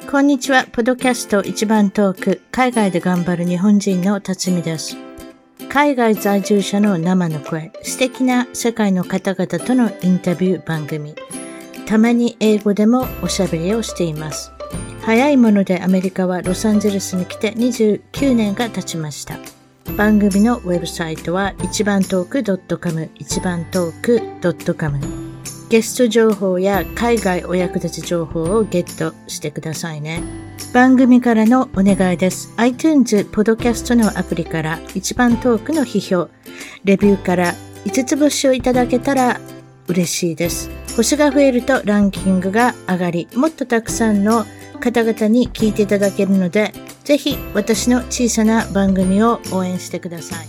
こんにちは。ポッドキャスト一番トーク、海外で頑張る日本人の辰巳です。海外在住者の生の声、素敵な世界の方々とのインタビュー番組。たまに英語でもおしゃべりをしています。早いものでアメリカはロサンゼルスに来て29年が経ちました。番組のウェブサイトは一番トーク .com、一番トーク .com。ゲスト情報や海外お役立ち情報をゲットしてくださいね。番組からのお願いです。iTunes ポッドキャストのアプリから一番トークの批評、レビューから5つ星をいただけたら嬉しいです。星が増えるとランキングが上がり、もっとたくさんの方々に聞いていただけるので、ぜひ私の小さな番組を応援してください。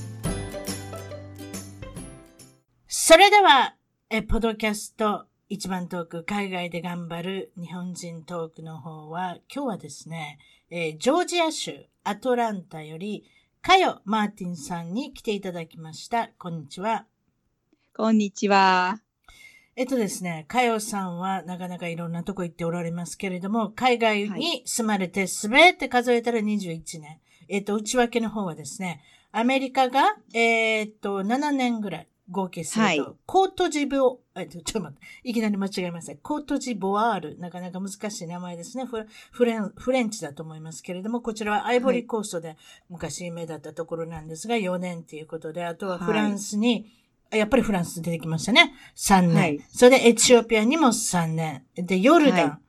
それではポッドキャスト一番トーク、海外で頑張る日本人トークの方は、今日はですね、ジョージア州アトランタよりカヨ・マーティンさんに来ていただきました。こんにちは。 こんにちは。 ですね、カヨさんはなかなかいろんなとこ行っておられますけれども、海外に住まれてすべて数えたら21年。内訳の方はですね、アメリカが、7年ぐらい。合計すると、はい、コートジボ、ちょっと待って、いきなり間違えました。コートジボワール、なかなか難しい名前ですね。フレンチだと思いますけれども、こちらはアイボリーコーストで昔有名だったところなんですが、4年ということで、あとはフランスに、やっぱりフランス出てきましたね。3年。はい、それでエチオピアにも3年。で、ヨルダン。はい、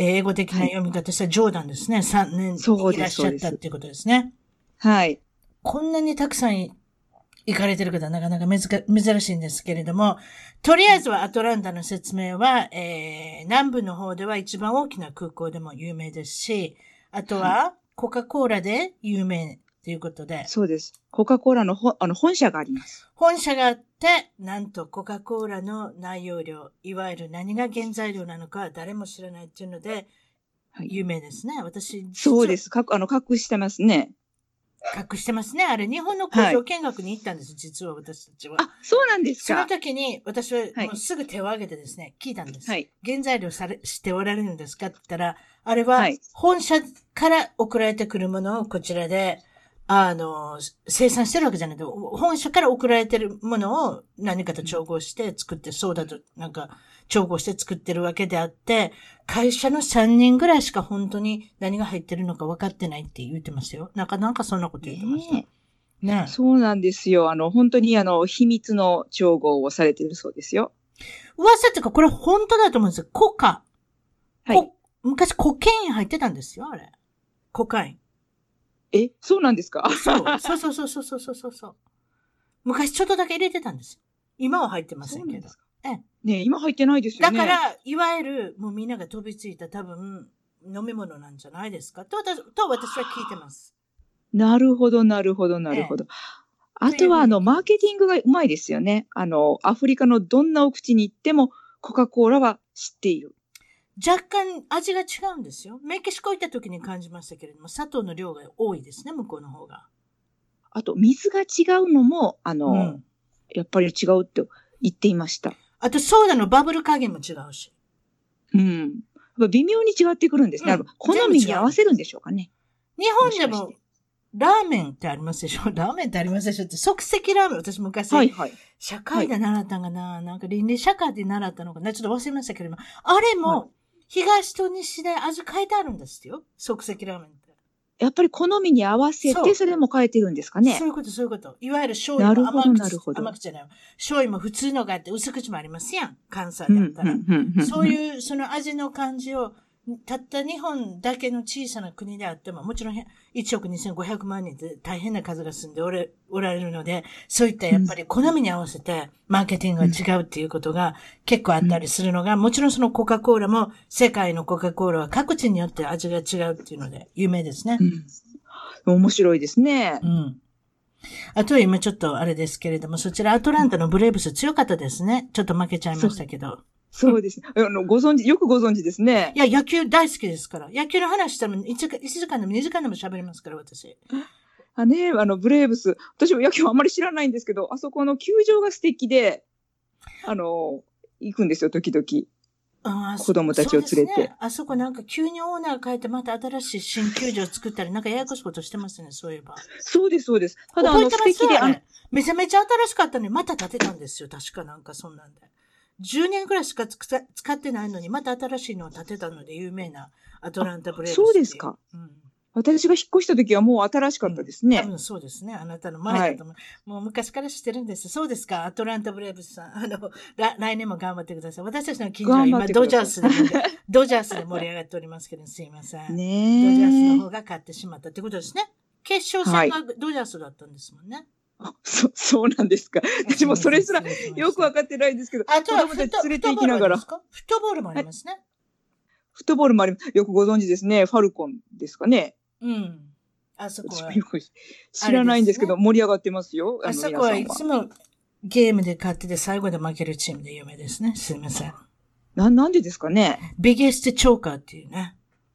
英語的な読み方したらジョーダンですね。3年いらっしゃったっていうことですね。 はい。 こんなにたくさん行かれてる方はなかなか珍しいんですけれども、とりあえずはアトランタの説明は、南部の方では一番大きな空港でも有名ですし、あとはコカ・コーラで有名ということで。 そうです。コカ・コーラの本社があります。 本社があって、なんとコカ・コーラの内容量、いわゆる何が原材料なのか誰も知らないっていうので、有名ですね。 そうです。隠してますね。 隠してますね。あれ、日本の工場見学に行ったんです、実は私たちは。 あ、そうなんですか。 その時に、私はもうすぐ手を挙げてですね、聞いたんです。はい。原材料しておられるんですかって言ったら、あれは、本社から送られてくるものをこちらで、生産してるわけじゃないけど、本社から送られてるものを何かと調合して作って、そうだと、なんか、調合して作ってるわけであって、会社の3人ぐらいしか本当に何が入ってるのか分かってないって言ってましたよ。なんかそんなこと言ってました。 ね。そうなんですよ。本当に秘密の調合をされてるそうですよ。 噂っていうか、これ本当だと思うんですよ。コカ。はい。昔コケイン入ってたんですよ、あれ。コカイン。 そうなんですか？ そう。昔ちょっとだけ入れてたんですよ。今は入ってませんけど。 ね、今入ってないですよね。 だから、いわゆる、もうみんなが飛びついた多分、飲み物なんじゃないですかと私は聞いてます。 なるほど。あとは、マーケティングがうまいですよね。アフリカのどんなお口に行っても、コカ・コーラは知っている。 若干味が違うんですよ。メキシコ行った時に感じましたけれども、砂糖の量が多いですね、向こうの方が。 あと、水が違うのも、やっぱり違うって言っていました。 あと、ソーダのバブル加減も違うし。 微妙に違ってくるんですね。好みに合わせるんでしょうかね。 日本でも、ラーメンってありますでしょ？ラーメンってありますでしょって、即席ラーメン、私昔、社会で習ったんかな、なんか倫理社会で習ったのかな、ちょっと忘れましたけれども、あれも、東と西で味変えてあるんですよ。即席ラーメンって。 やっぱり好みに合わせて、それも変えてるんですかね。 そういうこと。いわゆる醤油も甘口じゃない。醤油も普通のがあって薄口もありますやん。関西だったら。そういう、その味の感じを、たった日本だけの小さな国であっても、もちろん1億2500万人で大変な数が住んでおられるので、そういったやっぱり好みに合わせてマーケティングが違うっていうことが結構あったりするのが、もちろんそのコカ・コーラも世界のコカ・コーラは各地によって味が違うっていうので有名ですね。 面白いですね。 あとは今ちょっとあれですけれども、そちらアトランタのブレーブス強かったですね。ちょっと負けちゃいましたけど。 そうですね。よくご存知ですね。 いや、野球大好きですから。野球の話したら1時間でも2時間でも喋りますから、私。 ブレーブス。私も野球あんまり知らないんですけど、あそこの球場が素敵で、行くんですよ、時々。 子供たちを連れて。 そうですね。あそこなんか急にオーナー変えてまた新しい新球場作ったり、なんかややこしいことしてますね、そういえば。 そうです、そうです。ただ覚えてます素敵で、 あれめちゃめちゃ新しかったのに、また建てたんですよ。確かなんかそんなんで。10年くらいしか使ってないのに、また新しいのを建てたので有名なアトランタブレーブスっていう。 そうですか。私が引っ越した時はもう新しかったですね。 多分そうですね。あなたの前だと思う。もう昔から知ってるんです。そうですか。アトランタブレーブスさん。来年も頑張ってください。私たちの近所は今ドジャースで盛り上がっておりますけど、すいません。 ねドジャースの方が勝ってしまったってことですね。決勝戦がドジャースだったんですもんね。 そうなんですか。私もそれすらよくわかってないんですけど、 あとは子供たち連れて行きながら。 フットボールもありますね。 フットボールもあります。よくご存知ですね。ファルコンですかね。 あそこは。 知らないんですけど、盛り上がってますよ。 あそこはいつもゲームで勝ってて最後で負けるチームで有名ですね。すいません。 なんでですかね。 ビゲストチョーカーっていうね。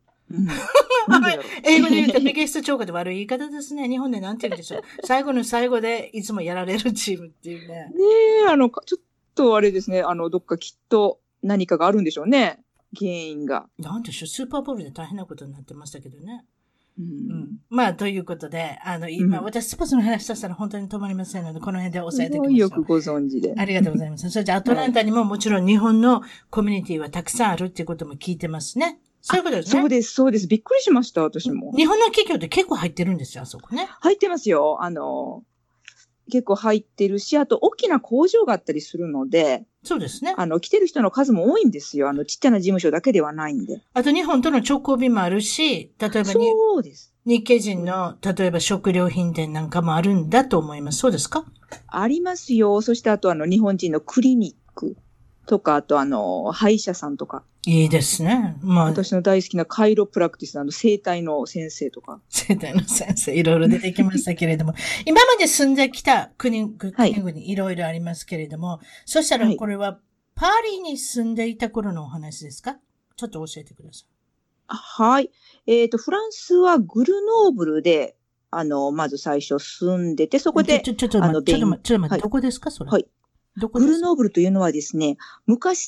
英語で言うとビゲストチョーカーって悪い言い方ですね。日本でなんて言うんでしょう。最後の最後でいつもやられるチームっていうね。 ねえ、ちょっとあれですね。どっかきっと何かがあるんでしょうね。原因が。 なんでしょう。スーパーボールで大変なことになってましたけどね。まあ、ということで、今、私、スポーツの話したら本当に止まりませんので、この辺で押さえておきましょう。 よくご存知で。 ありがとうございます。それじゃあ、アトランタにももちろん日本のコミュニティはたくさんあるっていうことも聞いてますね。そういうことですね。 そうです。びっくりしました、私も。 日本の企業って結構入ってるんですよ、あそこね。 入ってますよ。結構入ってるし、あと大きな工場があったりするので、 そうですね。 来てる人の数も多いんですよ。ちっちゃな事務所だけではないんで。 あと日本との直行便もあるし、例えばそうです。 日系人の、例えば食料品店なんかもあるんだと思います。そうですか？ ありますよ。そしてあと日本人のクリニックとか、あと歯医者さんとか。 いいですね。 私の大好きなカイロプラクティスの生体の先生とか。 生体の先生、いろいろ出てきましたけれども、今まで住んできた国々いろいろありますけれども、そしたらこれはパリに住んでいた頃のお話ですか？ちょっと教えてください。 はい。フランスはグルノーブルで、まず最初住んでて、そこで、 ちょっと待って、どこですかそれ。 はい。グルノーブルというのはですね、昔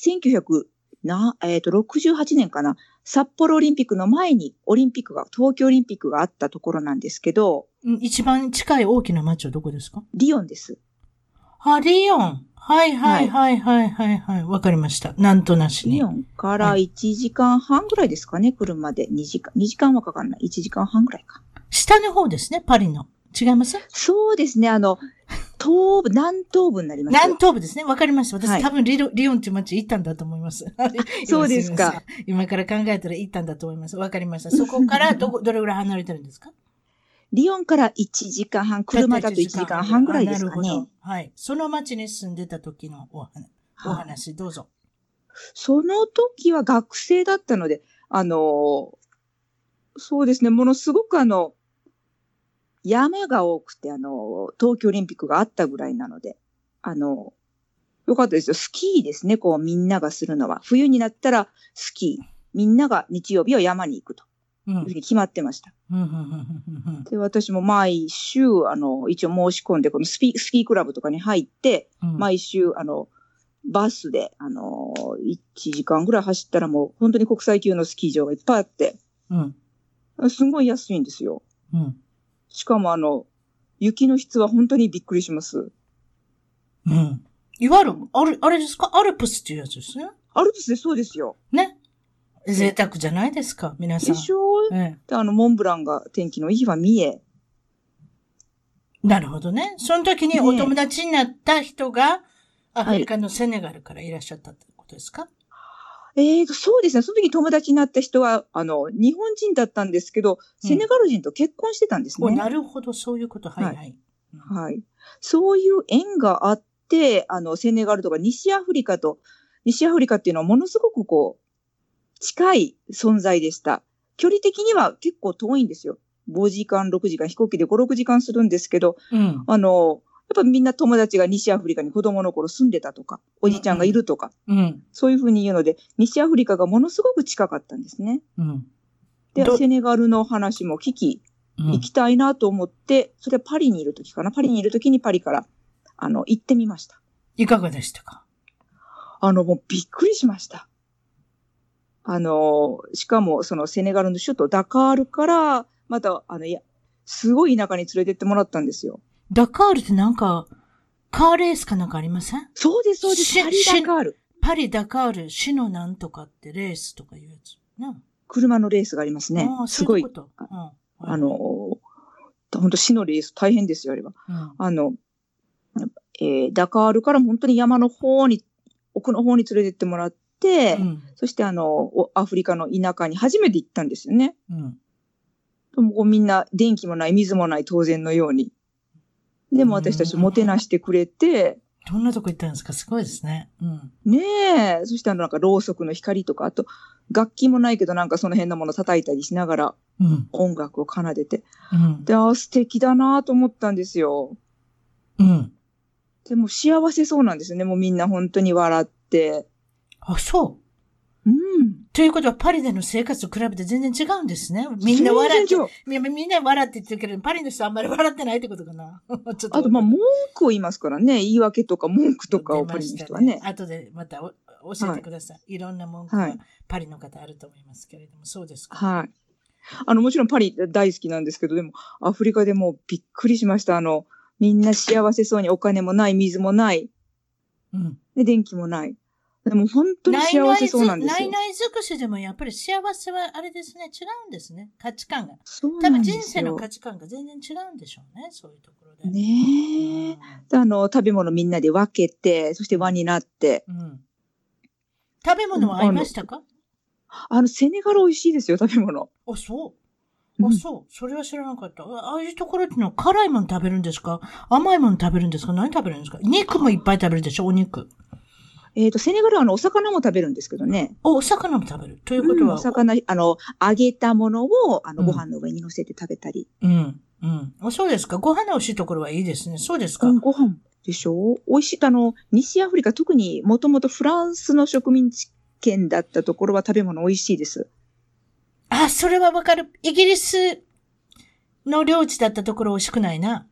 1968年かな、札幌オリンピックの前に東京オリンピックがあったところなんですけど。 一番近い大きな街はどこですか？ リヨンです。 リヨン。はい。わかりました。なんとなしに。 リヨンから1時間半ぐらいですかね、車で。2時間はかかんない。1時間半ぐらいか。 下の方ですね、パリの。違います？ そうですね、南東部になります。 南東部ですね。わかりました。私、多分リヨンっていう街行ったんだと思います。 そうですか。 今から考えたら行ったんだと思います。わかりました。そこからどれぐらい離れてるんですか？ リヨンから1時間半、車だと1時間半ぐらいですかね。 なるほど。はい。その町に住んでた時のお話、どうぞ。 その時は学生だったので、そうですね、ものすごく山が多くて、東京オリンピックがあったぐらいなので、よかったですよ。スキーですね、みんながするのは。冬になったらスキー。みんなが日曜日は山に行くと。いうふうに決まってました。で、私も毎週、一応申し込んで、このスキークラブとかに入って、毎週、バスで、1時間ぐらい走ったらもう、本当に国際級のスキー場がいっぱいあって、すごい安いんですよ。しかも雪の質は本当にびっくりします。 いわゆる、あれですか？アルプスっていうやつですね。 アルプスでそうですよ。 ね。贅沢じゃないですか、皆さん。 でしょ？で、モンブランが天気のいい日は見え。 なるほどね。その時にお友達になった人が、アフリカのセネガルからいらっしゃったってことですか？ そうですね。その時友達になった人は、日本人だったんですけど、セネガル人と結婚してたんですね。 なるほど、そういうこと。はい。 そういう縁があって、セネガルとか西アフリカっていうのはものすごく近い存在でした。距離的には結構遠いんですよ。5時間、6時間、飛行機で5、6時間するんですけど、やっぱみんな友達が西アフリカに子供の頃住んでたとか、おじちゃんがいるとか、そういうふうに言うので、西アフリカがものすごく近かったんですね。で、セネガルの話も聞き、行きたいなと思って、それはパリにいる時かな。パリにいる時にパリから、行ってみました。 いかがでしたか？ もうびっくりしました。 しかもそのセネガルの首都ダカールから、また、すごい田舎に連れてってもらったんですよ。 ダカールってなんか、カーレースかなんかありません？ そうです、そうです。パリダカール。 パリダカール、市のなんとかってレースとかいうやつ。 車のレースがありますね。すごい。 そういうこと。 本当市のレース大変ですよ、あれは。ダカールから本当に山の方に、奥の方に連れてってもらって、そしてアフリカの田舎に初めて行ったんですよね。もうみんな電気もない、水もない、当然のように。でも私たちもてなしてくれて。 どんなとこ行ったんですか？すごいですね。 ねえ。そしてなんかろうそくの光とか、あと楽器もないけどなんかその辺のもの叩いたりしながら、音楽を奏でて。で、素敵だなと思ったんですよ。でも幸せそうなんですよね。もうみんな本当に笑って。 あ、そう。ということは、パリでの生活と比べて全然違うんですね。みんな笑って、みんな笑って言ってるけど、パリの人はあんまり笑ってないってことかな。 ちょっとあと、文句を言いますからね。言い訳とか文句とかをパリの人はね。 後でまた教えてください。いろんな文句はパリの方あると思いますけれども、そうですか。 はい。もちろんパリ大好きなんですけど、でも、アフリカでもびっくりしました。みんな幸せそうにお金もない、水もない。で、電気もない。でも本当に幸せそうなんですよ。 ない尽くしでもやっぱり幸せはあれですね、違うんですね。価値観が。 そうなんですよ。 多分人生の価値観が全然違うんでしょうね、そういうところで。 ねえ。食べ物みんなで分けて、そして輪になって。 食べ物は合いましたか？ セネガル美味しいですよ、食べ物。 あ、そう。そう。それは知らなかった。ああいうところってのは辛いもの食べるんですか？甘いもの食べるんですか？何食べるんですか？肉もいっぱい食べるでしょ、お肉。 セネガルはお魚も食べるんですけどね。 お魚も食べる。ということは、 お魚、揚げたものを、ご飯の上に乗せて食べたり。 そうですか。ご飯の美味しいところはいいですね。そうですか。 ご飯でしょ？美味しい。西アフリカ、特にもともとフランスの植民地圏だったところは食べ物美味しいです。 あ、それはわかる。イギリスの領地だったところ美味しくないな。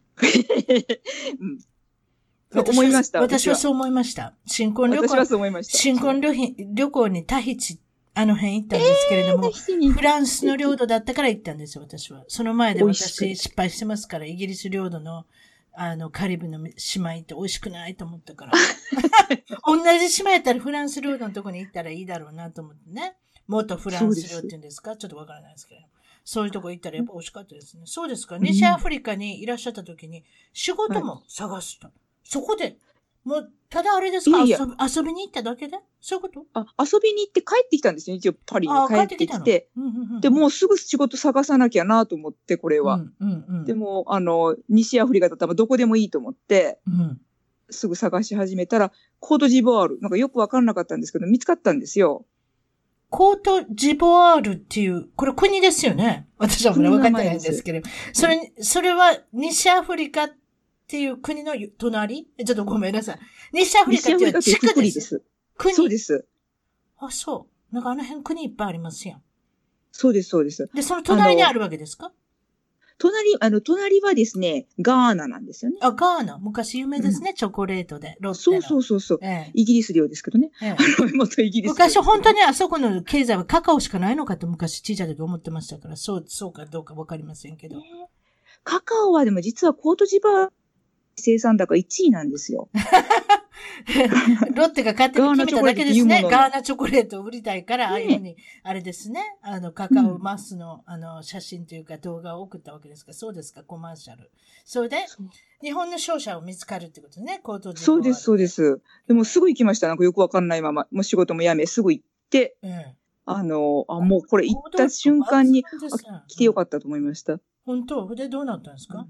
思いました。 私はそう思いました。新婚旅行にタヒチ、あの辺行ったんですけれども、フランスの領土だったから行ったんですよ、私は。その前で私失敗してますから、イギリス領土の、カリブの姉妹って美味しくないと思ったから。同じ姉妹やったらフランス領土のとこに行ったらいいだろうなと思ってね。元フランス領って言うんですか？ちょっとわからないですけど。そういうとこ行ったらやっぱ美味しかったですね。そうですか。西アフリカにいらっしゃった時に仕事も探した。そこで、もう、ただあれですか？遊びに行っただけで？そういうこと？ 遊びに行って帰ってきたんですよ。一応パリに帰ってきて。で、もうすぐ仕事探さなきゃなと思って、これは。でも、西アフリカだったらどこでもいいと思って、すぐ探し始めたら、コートジボワール、なんかよくわかんなかったんですけど、見つかったんですよ。 コートジボワールっていう、これ国ですよね。私はまだ分かってないんですけど。それは西アフリカっていう国の隣？ちょっとごめんなさい。西アフリカっていう地区です。 国。そうです。 あ、そう。なんかあの辺国いっぱいありますやん。 そうです、そうです。 で、その隣にあるわけですか？ 隣はですね、ガーナなんですよね。 あ、ガーナ。昔有名ですね、チョコレートで。ロッテの。そう。イギリス領ですけどね。元イギリス領。 昔本当にあそこの経済はカカオしかないのかと昔小さい時思ってましたから、そうかどうかわかりませんけど。 カカオはでも実はコートジボワール生産高1位なんですよ。 ロッテが勝手に決めただけですね。ガーナチョコレートを売りたいから、ああいうふうに、あれですね。カカオマスの、写真というか動画を送ったわけですか？そうですか、コマーシャル。それで、日本の商社を見つかるってことね、コートジボワール。 そうです。でもすぐ行きました。なんかよくわかんないまま、もう仕事も辞め、すぐ行って、もうこれ行った瞬間に、来てよかったと思いました。 本当？で、どうなったんですか？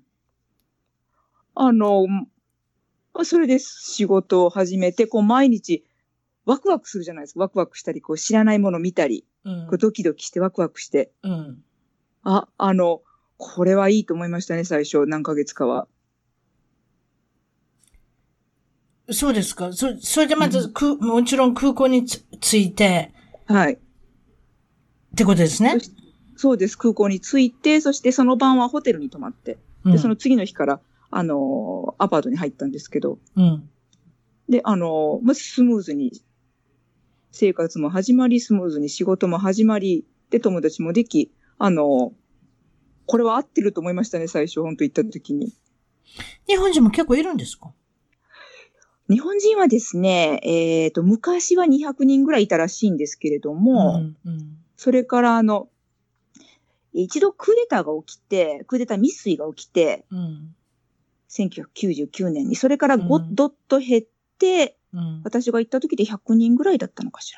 それで仕事を始めて、こう毎日ワクワクするじゃないですか。ワクワクしたり、こう知らないもの見たり、こうドキドキしてワクワクして。これはいいと思いましたね、最初、何ヶ月かは。 そうですか。それでまず、もちろん空港に着いて。 はい。 ってことですね。 そうです。空港に着いて、そしてその晩はホテルに泊まって。で、その次の日から、アパートに入ったんですけど。で、スムーズに生活も始まり、スムーズに仕事も始まり、で、友達もでき、これは合ってると思いましたね、最初、本当行った時に。 日本人も結構いるんですか？ 日本人はですね、昔は200人ぐらいいたらしいんですけれども、それから一度クーデターが起きて、クーデター未遂が起きて、1999年に、それからどっと減って、私が行った時で100人ぐらいだったのかしら。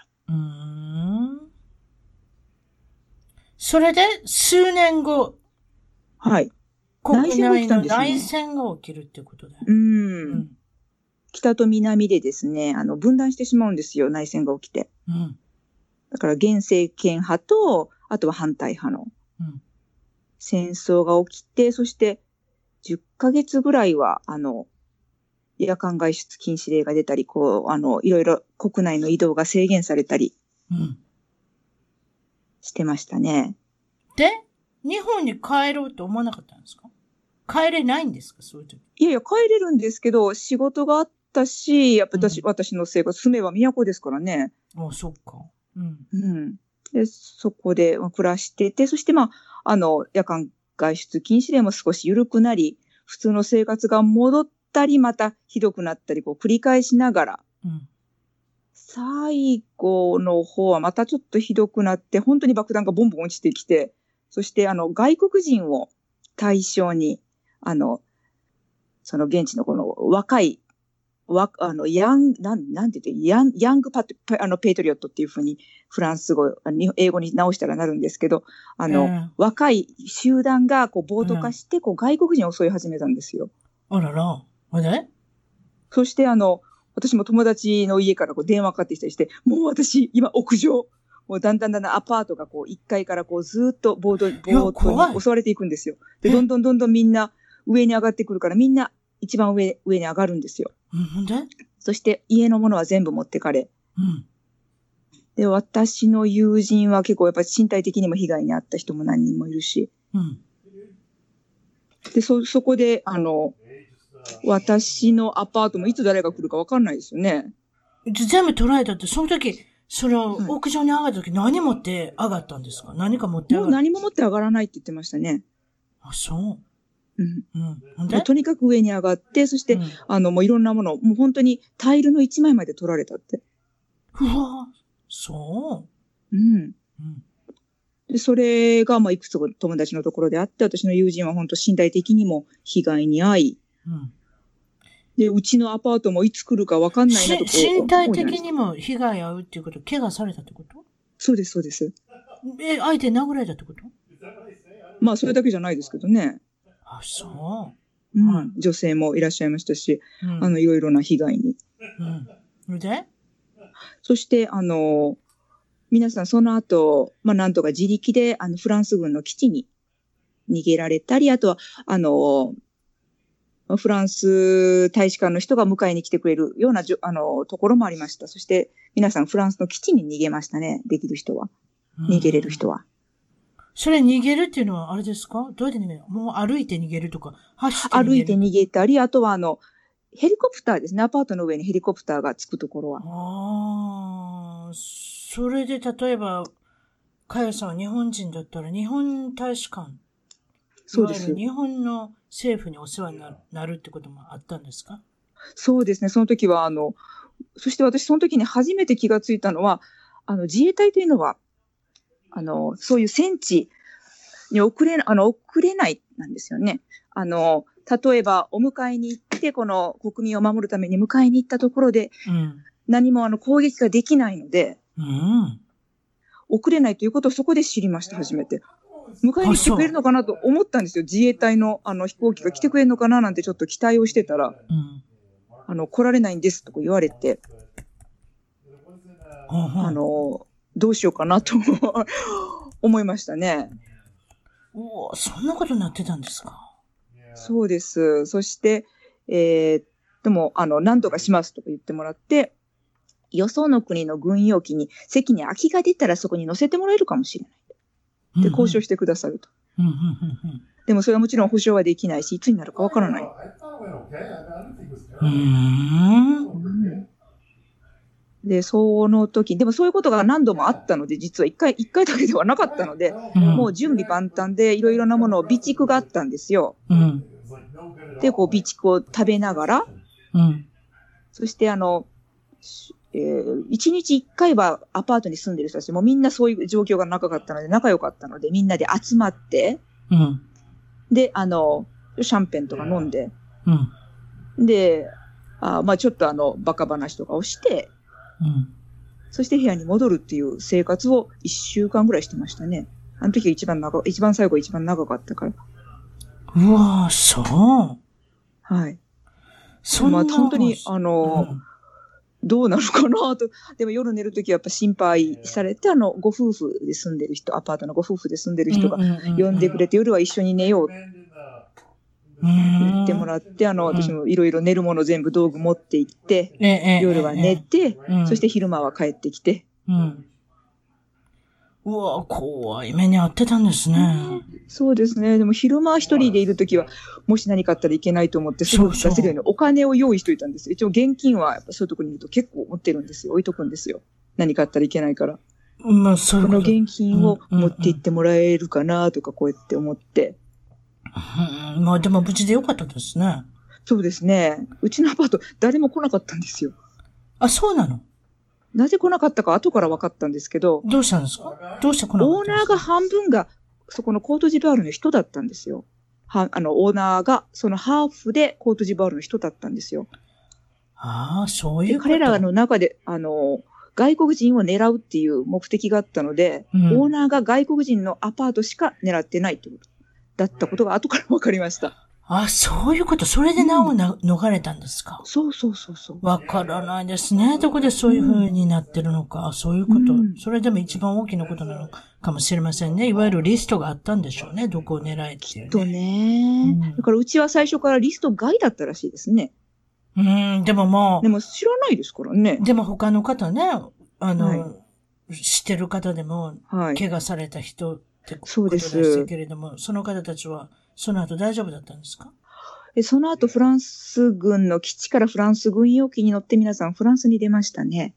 それで、数年後。 はい。 国内の内戦が起きるってことだよ。 北と南でですね、分断してしまうんですよ、内戦が起きて。だから、現政権派と、あとは反対派の戦争が起きて、そして、10ヶ月ぐらいは、夜間外出禁止令が出たり、いろいろ国内の移動が制限されたり、してましたね。 で、日本に帰ろうと思わなかったんですか？帰れないんですか、そういう時？ いやいや、帰れるんですけど、仕事があったし、やっぱ私の生活、住めば都ですからね。 ああ、そっか。 で、そこで暮らしてて、そして夜間外出禁止令も少し緩くなり、普通の生活が戻ったり、またひどくなったり、繰り返しながら、最後の方はまたちょっとひどくなって、本当に爆弾がボンボン落ちてきて、そして外国人を対象に、その現地のこの若い、なんて言って、ヤングペイトリオットっていうふうにフランス語、英語に直したらなるんですけど、若い集団が暴徒化して、外国人を襲い始めたんですよ。 あらら。 そして私も友達の家から電話かかってきたりして、もう私、今屋上、もうだんだんアパートが1階からずっとボートに襲われていくんですよ。で、どんどんみんな上に上がってくるから、みんな一番上に上がるんですよ。そして家のものは全部持ってかれ。で、私の友人は結構やっぱり身体的にも被害に遭った人も何人もいるし。で、そこで、私のアパートもいつ誰が来るか分かんないですよね。 全部取られたって、その時、屋上に上がった時何持って上がったんですか？何か持って上がった？ もう何も持って上がらないって言ってましたね。 あ、そう。 とにかく上に上がって、そして、もういろんなもの、もう本当にタイルの1枚まで取られたって。 うわ、そう。 で、それが、いくつか友達のところであって、私の友人は本当身体的にも被害に遭い、で、うちのアパートもいつ来るか分かんないなと身体的にも被害遭うっていうこと、怪我されたってこと？ そうです、そうです。 相手殴られたってこと？ それだけじゃないですけどね。 あ、そう。女性もいらっしゃいましたし、いろいろな被害に。 で？ そして、皆さんその後、なんとか自力で、フランス軍の基地に逃げられたり、あとは、フランス大使館の人が迎えに来てくれるようなところもありました。そして、皆さんフランスの基地に逃げましたね。できる人は。逃げれる人は。 それ逃げるっていうのはあれですか？どうやって逃げるの？もう歩いて逃げるとか、走って逃げる？ 歩いて逃げたり、あとはヘリコプターですね。アパートの上にヘリコプターがつくところは。 それで例えば、かやさんは日本人だったら、日本大使館、 そうです。 日本の政府にお世話になるってこともあったんですか？ そうですね。その時は、そして私その時に初めて気がついたのは、自衛隊というのは、そういう戦地に送れないなんですよね。例えば、お迎えに行って、この国民を守るために迎えに行ったところで、何も攻撃ができないので、送れないということをそこで知りました、初めて。迎えに来てくれるのかなと思ったんですよ。自衛隊の飛行機が来てくれるのかななんてちょっと期待をしてたら、来られないんですとか言われて、どうしようかなと思いましたね。 そんなことになってたんですか？ そうです。そして、でも、何とかしますとか言ってもらって、よその国の軍用機に席に空きが出たらそこに乗せてもらえるかもしれない。で、交渉してくださると。でもそれはもちろん保証はできないし、いつになるかわからない。 で、その時、でもそういうことが何度もあったので、実は一回だけではなかったので、もう準備万端でいろいろなものを備蓄があったんですよ。で、こう備蓄を食べながら、そして一日一回はアパートに住んでる人たちもみんなそういう状況が仲良かったので、仲良かったので、みんなで集まって、で、シャンペンとか飲んで、で、ちょっとバカ話とかをして、そして部屋に戻るっていう生活を1週間ぐらいしてましたね。あの時が一番最後一番長かったから。 うわぁ、そう。 はい。本当に、どうなのかなと。でも夜寝るときはやっぱ心配されて、ご夫婦で住んでる人、アパートのご夫婦で住んでる人が呼んでくれて、夜は一緒に寝よう言ってもらって、私もいろいろ寝るもの全部道具持って行って、夜は寝て、そして昼間は帰ってきて。 うわ、怖い目に遭ってたんですね。 そうですね。でも昼間一人でいるときは、もし何かあったらいけないと思って、すぐ出せるようにお金を用意しといたんですよ。一応現金はやっぱそういうところにいると結構持ってるんですよ。置いとくんですよ。何かあったらいけないから。 そういうこと。 この現金を持って行ってもらえるかなとか、こうやって思って。 でも無事でよかったですね。 そうですね。うちのアパート、誰も来なかったんですよ。 あ、そうなの？ なぜ来なかったか後から分かったんですけど。 どうしたんですか？どうして来なかったんですか？ オーナーが半分が、そこのコートジボワールの人だったんですよ。オーナーが、そのハーフでコートジボワールの人だったんですよ。 そういうこと。 彼らの中で、外国人を狙うっていう目的があったので、オーナーが外国人のアパートしか狙ってないってことだったことが後から分かりました。 そういうこと。それで逃れたんですか？ そう。 わからないですね。どこでそういう風になってるのか。そういうこと。それでも一番大きなことなのかもしれませんね。いわゆるリストがあったんでしょうね。どこを狙えっていうね。 きっとね。だからうちは最初からリスト外だったらしいですね。 でも知らないですからね。 でも他の方ね、知ってる方でも、怪我された人ってことでしたけれども、その方たちは、その後大丈夫だったんですか？ その後フランス軍の基地からフランス軍用機に乗って皆さんフランスに出ましたね。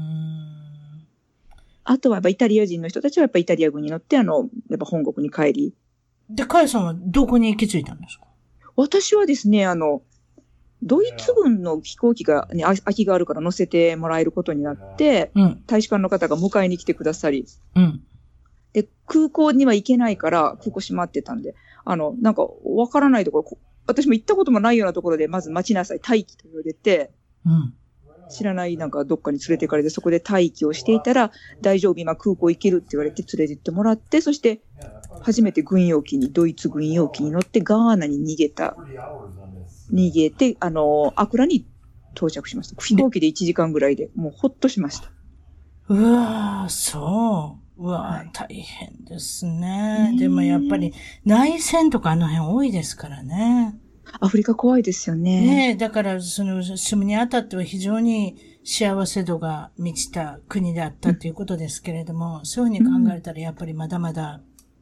あとはやっぱイタリア人の人たちはやっぱイタリア軍に乗ってやっぱ本国に帰り。 で、カエさんはどこに行き着いたんですか？ 私はですね、ドイツ軍の飛行機が、ね、空きがあるから乗せてもらえることになって、大使館の方が迎えに来てくださり、で、空港には行けないから空港閉まってたんで、なんかわからないところ、私も行ったこともないようなところでまず待ちなさい、待機と言われて、知らないなんかどっかに連れて行かれて、そこで待機をしていたら、大丈夫、今空港行けるって言われて連れて行ってもらって、そして初めてドイツ軍用機に乗ってガーナに逃げて、アクラに到着しました。飛行機で1時間ぐらいで、もうほっとしました。 うわぁ、そう。大変ですね。でもやっぱり内戦とかあの辺多いですからね。 アフリカ怖いですよね。 だから住むにあたっては非常に幸せ度が満ちた国であったということですけれども、そういうふうに考えたらやっぱりまだまだ、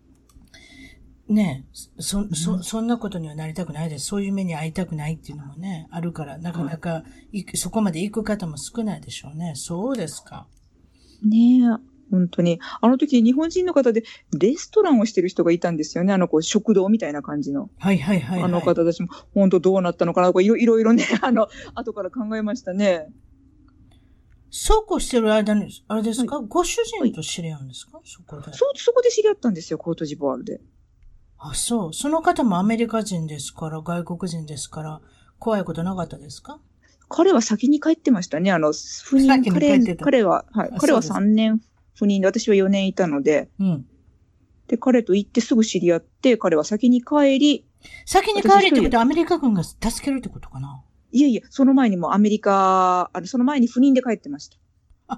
そんなことにはなりたくないです。そういう目に遭いたくないっていうのもね、あるから、なかなかそこまで行く方も少ないでしょうね。そうですか。 ねえ。本当に。あの時日本人の方でレストランをしてる人がいたんですよね。食堂みたいな感じの。あの方たちも本当どうなったのかなとかいろいろね、後から考えましたね。 そうこうしてる間に、あれですか、ご主人と知り合うんですか？そこで。 そこで知り合ったんですよ、コートジボワールで。 そう。その方もアメリカ人ですから、外国人ですから、怖いことなかったですか？ 彼は先に帰ってましたね。彼は3年赴任で、私は4年いたので、で、彼と行ってすぐ知り合って、彼は先に帰りってことはアメリカ軍が助けるってことかな？ いえ、その前にもその前に赴任で帰ってました。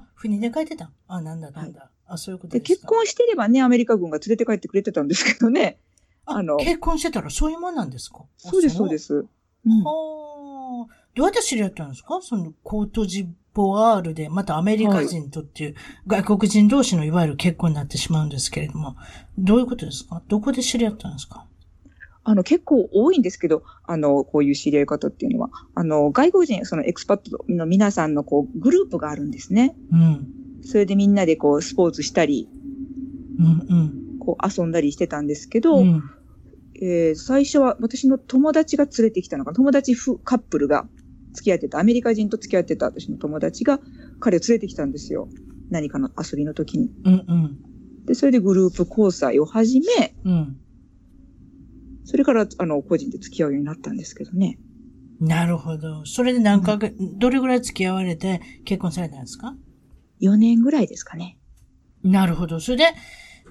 赴任で帰ってた？なんだ。そういうことですか。 で、結婚してればね、アメリカ軍が連れて帰ってくれてたんですけどね。 結婚してたらそういうもんなんですか？ そうです。 どうやって知り合ったんですか？そのコートジボワールで、またアメリカ人とっていう、外国人同士のいわゆる結婚になってしまうんですけれども、どういうことですか？どこで知り合ったんですか？ 結構多いんですけど、こういう知り合い方っていうのは、外国人、そのエクスパットの皆さんのこう、グループがあるんですね。 うん。 それでみんなでこう、スポーツしたり、こう、遊んだりしてたんですけど、最初は私の友達が連れてきたのか、友達カップルが付き合ってた、アメリカ人と付き合ってた私の友達が彼を連れてきたんですよ。何かの遊びの時に。で、それでグループ交際を始め、それから、個人で付き合うようになったんですけどね。 なるほど。それでどれぐらい付き合われて結婚されたんですか？ 4 年ぐらいですかね。 なるほど。それで、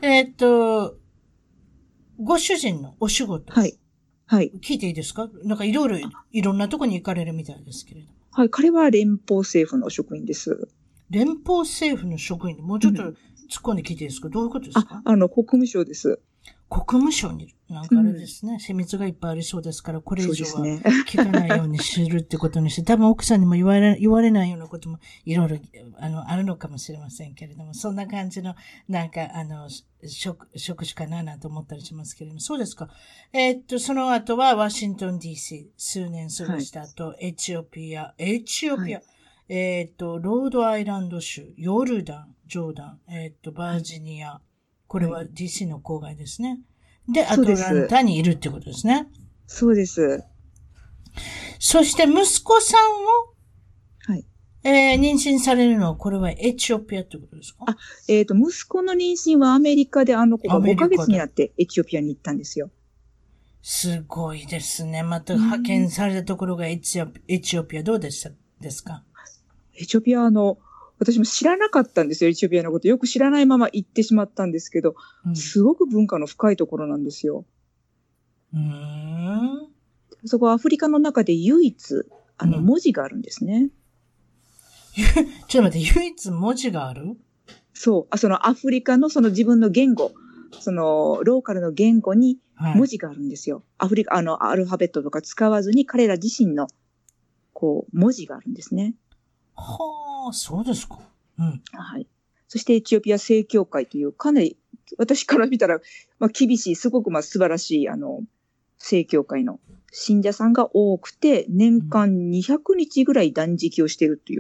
ご主人のお仕事。 はい。はい。 聞いていいですか？なんかいろんなとこに行かれるみたいですけれど。 はい。彼は連邦政府の職員です。 連邦政府の職員でもうちょっと突っ込んで聞いていいですか？どういうことですか？ 国務省です。 国務省にいる。なんかあれですね。秘密がいっぱいありそうですから、これ以上は聞かないようにするってことにして、多分奥さんにも言われないようなこともいろいろ、あるのかもしれませんけれども、そんな感じの、なんか、職種かななんて思ったりしますけれども、そうですか。その後はワシントン DC、数年過ごした後、エチオピア、ロードアイランド州、ヨルダン、ジョーダン、バージニア、これは DC の郊外ですね。で、アトランタにいるってことですね。 そうです。 そして息子さんを、 はい。 妊娠されるのは、これはエチオピアってことですか？ 息子の妊娠はアメリカで子が5ヶ月になってエチオピアに行ったんですよ。 すごいですね。また派遣されたところがエチオピアどうですか？ エチオピア私も知らなかったんですよ、エチオピアのこと。よく知らないまま行ってしまったんですけど、すごく文化の深いところなんですよ。そこはアフリカの中で唯一、文字があるんですね。 ちょっと待って、唯一文字がある？ そう。そのアフリカのその自分の言語、そのローカルの言語に文字があるんですよ。アフリカ、アルファベットとか使わずに彼ら自身の、文字があるんですね。 はあ、そうですか。 はい。そしてエチオピア正教会というかなり、私から見たら、厳しい、すごく素晴らしい、正教会の信者さんが多くて、年間200日ぐらい断食をしているという。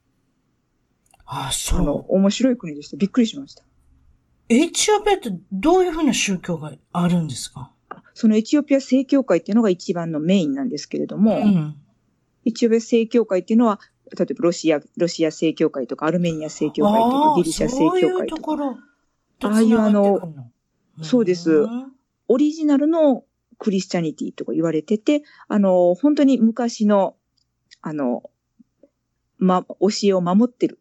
そう。 面白い国でした。びっくりしました。 エチオピアってどういうふうな宗教があるんですか？ そのエチオピア正教会っていうのが一番のメインなんですけれども、エチオピア正教会っていうのは、例えばロシア正教会とか、アルメニア正教会とか、ギリシャ正教会とか。そういうところ。ああいうそうです。オリジナルのクリスチャニティとか言われてて、本当に昔の、教えを守ってる。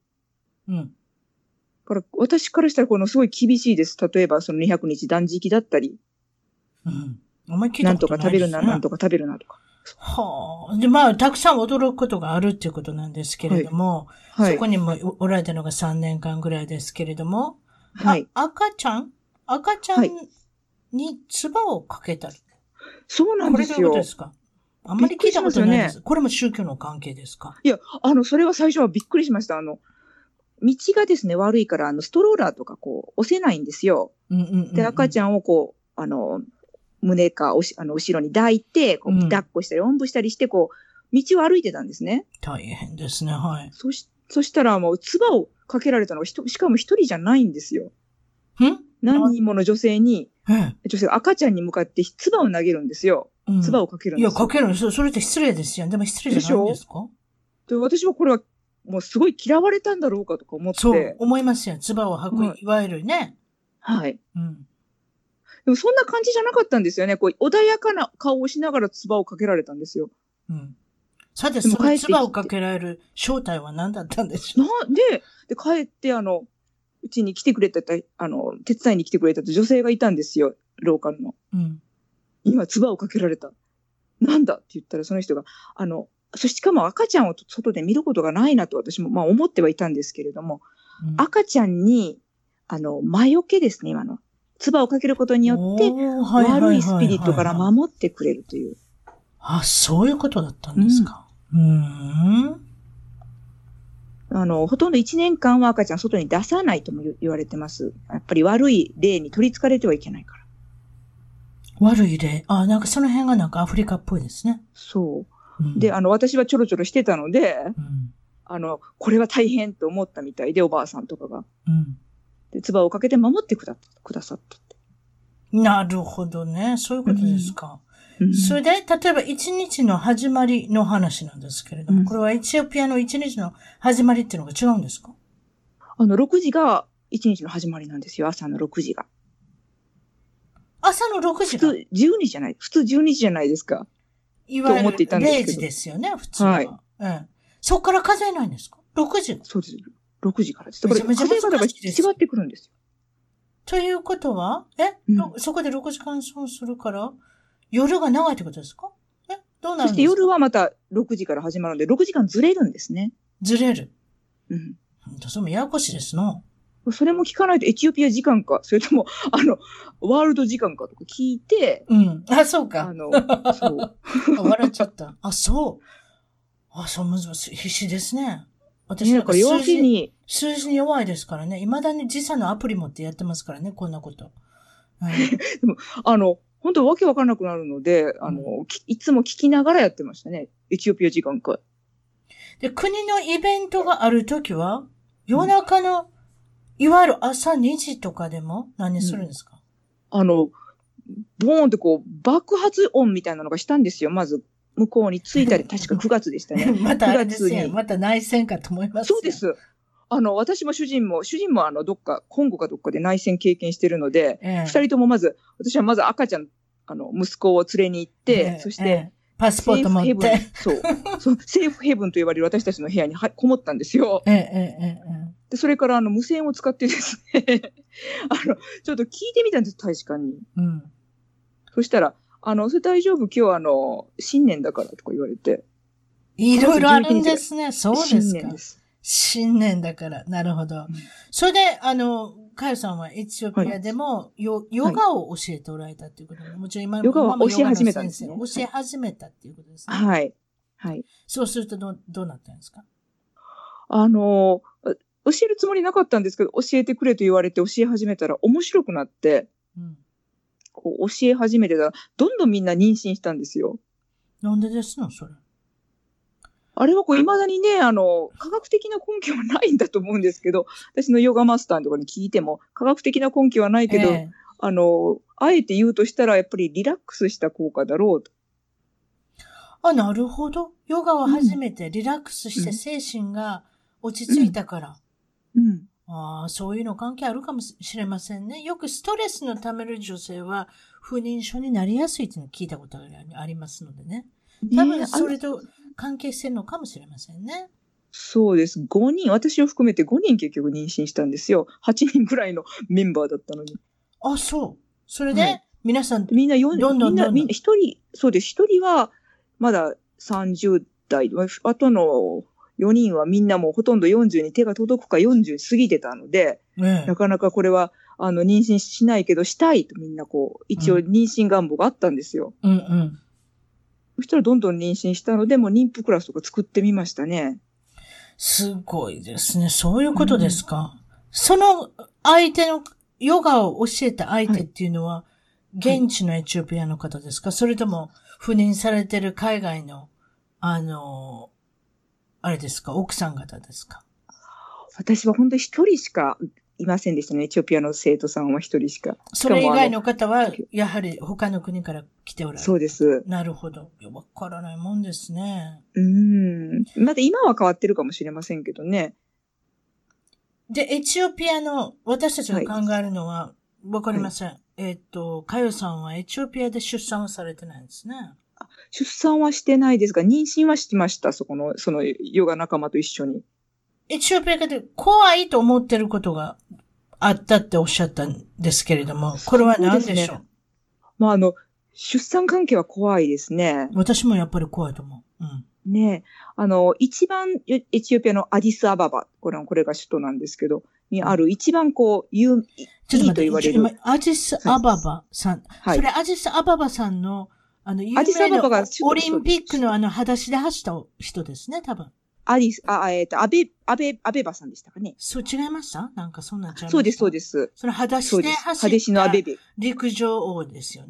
から私からしたらすごい厳しいです。例えばその200日断食だったり。なんとか食べるな、なんとか食べるなとか。 はあ。で、たくさん驚くことがあるっていうことなんですけれども、そこにもおられたのが3年間ぐらいですけれども、赤ちゃんに唾をかけたり。 そうなんですよ。 これどういうことですか？あんまり聞いたことないです。これも宗教の関係ですか？ いや、それは最初はびっくりしました。道がですね、悪いから、ストローラーとか押せないんですよ。で、赤ちゃんを胸か後ろに抱いて、抱っこしたり、おんぶしたりして、道を歩いてたんですね。 大変ですね、はい。 そしたらもう、唾をかけられたのがしかも一人じゃないんですよ。何人もの女性に、赤ちゃんに向かって唾を投げるんですよ。唾をかけるんですよ。 いや、かけるんですよ。それって失礼ですよ。でも失礼じゃないんですか？ で、私はこれは、もうすごい嫌われたんだろうかとか思って。 そう、思いますよ。唾を吐く、いわゆるね。 はい。でもそんな感じじゃなかったんですよね。穏やかな顔をしながら唾をかけられたんですよ。 さて、その唾をかけられる正体は何だったんでしょう？ で、帰って、うちに来てくれた、手伝いに来てくれた女性がいたんですよ。ローカルの。今、唾をかけられた。なんだって言ったら、その人が、しかも赤ちゃんを外で見ることがないなと私も、思ってはいたんですけれども、赤ちゃんに、魔除けですね、今の。唾をかけることによって、悪いスピリットから守ってくれるという。 そういうことだったんですか。 ほとんど1年間は赤ちゃん外に出さないとも言われてます。やっぱり悪い霊に取り憑かれてはいけないから。 悪い例。あ、なんかその辺がなんかアフリカっぽいですね。 そう。 うん、 で、私はちょろちょろしてたので、 うん、 これは大変と思ったみたいで、おばあさんとかが。 うん。 で、唾をかけて守ってくださったって。 なるほどね。そういうことですか。 うん、 それで、例えば一日の始まりの話なんですけれども、これはエチオピアの一日の始まりっていうのが違うんですか ？6時が一日の始まりなんですよ、朝の6時が。 朝の6時が普通12時じゃない。普通12時じゃないですか。 いわゆると思っていたんですけど。 0時ですよね、普通は。 はい。 うん。そこから数えないんですか ?6 時。 そうです。6時からです。だから数え方が違ってくるんですよ。 ということは、そこで6時間損するから、夜が長いってことですか？どうなるんですか？ そして夜はまた6時から始まるので、6時間ずれるんですね。 ずれる。 うん。 それもややこしいですな。 それも聞かないとエチオピア時間か、それとも、ワールド時間かとか聞いて。 うん。あ、そうか。 そう。 笑っちゃった。あ、そう。あ、そう、難しい。必死ですね。私なんか夜明けに。 数字に弱いですからね。未だに時差のアプリ持ってやってますからね、こんなこと。 でも、本当わけわからなくなるので、いつも聞きながらやってましたね。エチオピア時間か。 で、国のイベントがあるときは、夜中の、いわゆる朝2時とかでも何するんですか？ ボーンってこう、爆発音みたいなのがしたんですよ。まず、向こうに着いたり、確か9月でしたね。 またあれですね。また内戦かと思います。 そうです。私も主人もコンゴかどっかで内戦経験してるので、二人とも私はまず赤ちゃん、息子を連れに行って、そして、 パスポート持って。 そう。セーフヘブンと言われる私たちの部屋にこもったんですよ。で、それから無線を使ってですね、ちょっと聞いてみたんです、大使館に。 うん。 そしたら、それ大丈夫、今日新年だからとか言われて。 いろいろあるんですね。そうですか。 新年です。 新年だから。なるほど。それで、かよさんはエチオピアでも、ヨガを教えておられたっていうことで、もちろん今ヨガは教え始めたんですね。 教え始めたっていうことですね。 はい。はい。 そうするとどうなったんですか？ 教えるつもりなかったんですけど、教えてくれと言われて教え始めたら面白くなって、こう教え始めてたら、どんどんみんな妊娠したんですよ。 なんでですのそれ。 あれは未だにね、科学的な根拠はないんだと思うんですけど、私のヨガマスターのところに聞いても、科学的な根拠はないけど、あえて言うとしたら、やっぱりリラックスした効果だろうと。 あ、なるほど。ヨガを始めてリラックスして精神が落ち着いたから。そういうの関係あるかもしれませんね。よくストレスのためる女性は不妊症になりやすいっていうのを聞いたことがありますのでね。多分それと関係してるのかもしれませんね。 そうです。5人、私を含めて5人結局妊娠したんですよ。8人ぐらいのメンバーだったのに。 あ、そう。それで、皆さん、 みんな1人、そうです。1人はまだ30代、あとの4人はみんなもうほとんど40に手が届くか40過ぎてたので、なかなかこれは、妊娠しないけどしたいとみんな一応妊娠願望があったんですよ。そしたらどんどん妊娠したので、もう妊婦クラスとか作ってみましたね。 すごいですね。そういうことですか。その相手の、ヨガを教えた相手っていうのは、現地のエチオピアの方ですか？それとも、赴任されてる海外の、あれですか？奥さん方ですか？ 私は本当に一人しかいませんでしたね。エチオピアの生徒さんは一人しか。 それ以外の方は、やはり他の国から来ておられる。 そうです。 なるほど。わからないもんですね。 まだ今は変わってるかもしれませんけどね。 で、エチオピアの、私たちが考えるのは、わかりません。かよさんはエチオピアで出産をされてないんですね。 出産はしてないですが、妊娠はしてました。そのヨガ仲間と一緒に。 エチオピアで怖いと思ってることがあったっておっしゃったんですけれども、これは何でしょう？ まあ、出産関係は怖いですね。 私もやっぱり怖いと思う。 ね一番エチオピアのアディスアババ、これが首都なんですけど、にある一番いいと言われる。 アディスアババさん。それアディスアババさんの、有名なオリンピックの裸足で走った人ですね、多分。 アベバさんでしたかね。 そう、違いました？なんかそんなんちゃいました？ そうです、そうです。 その裸足で走ったのアベベ。 陸上王ですよね。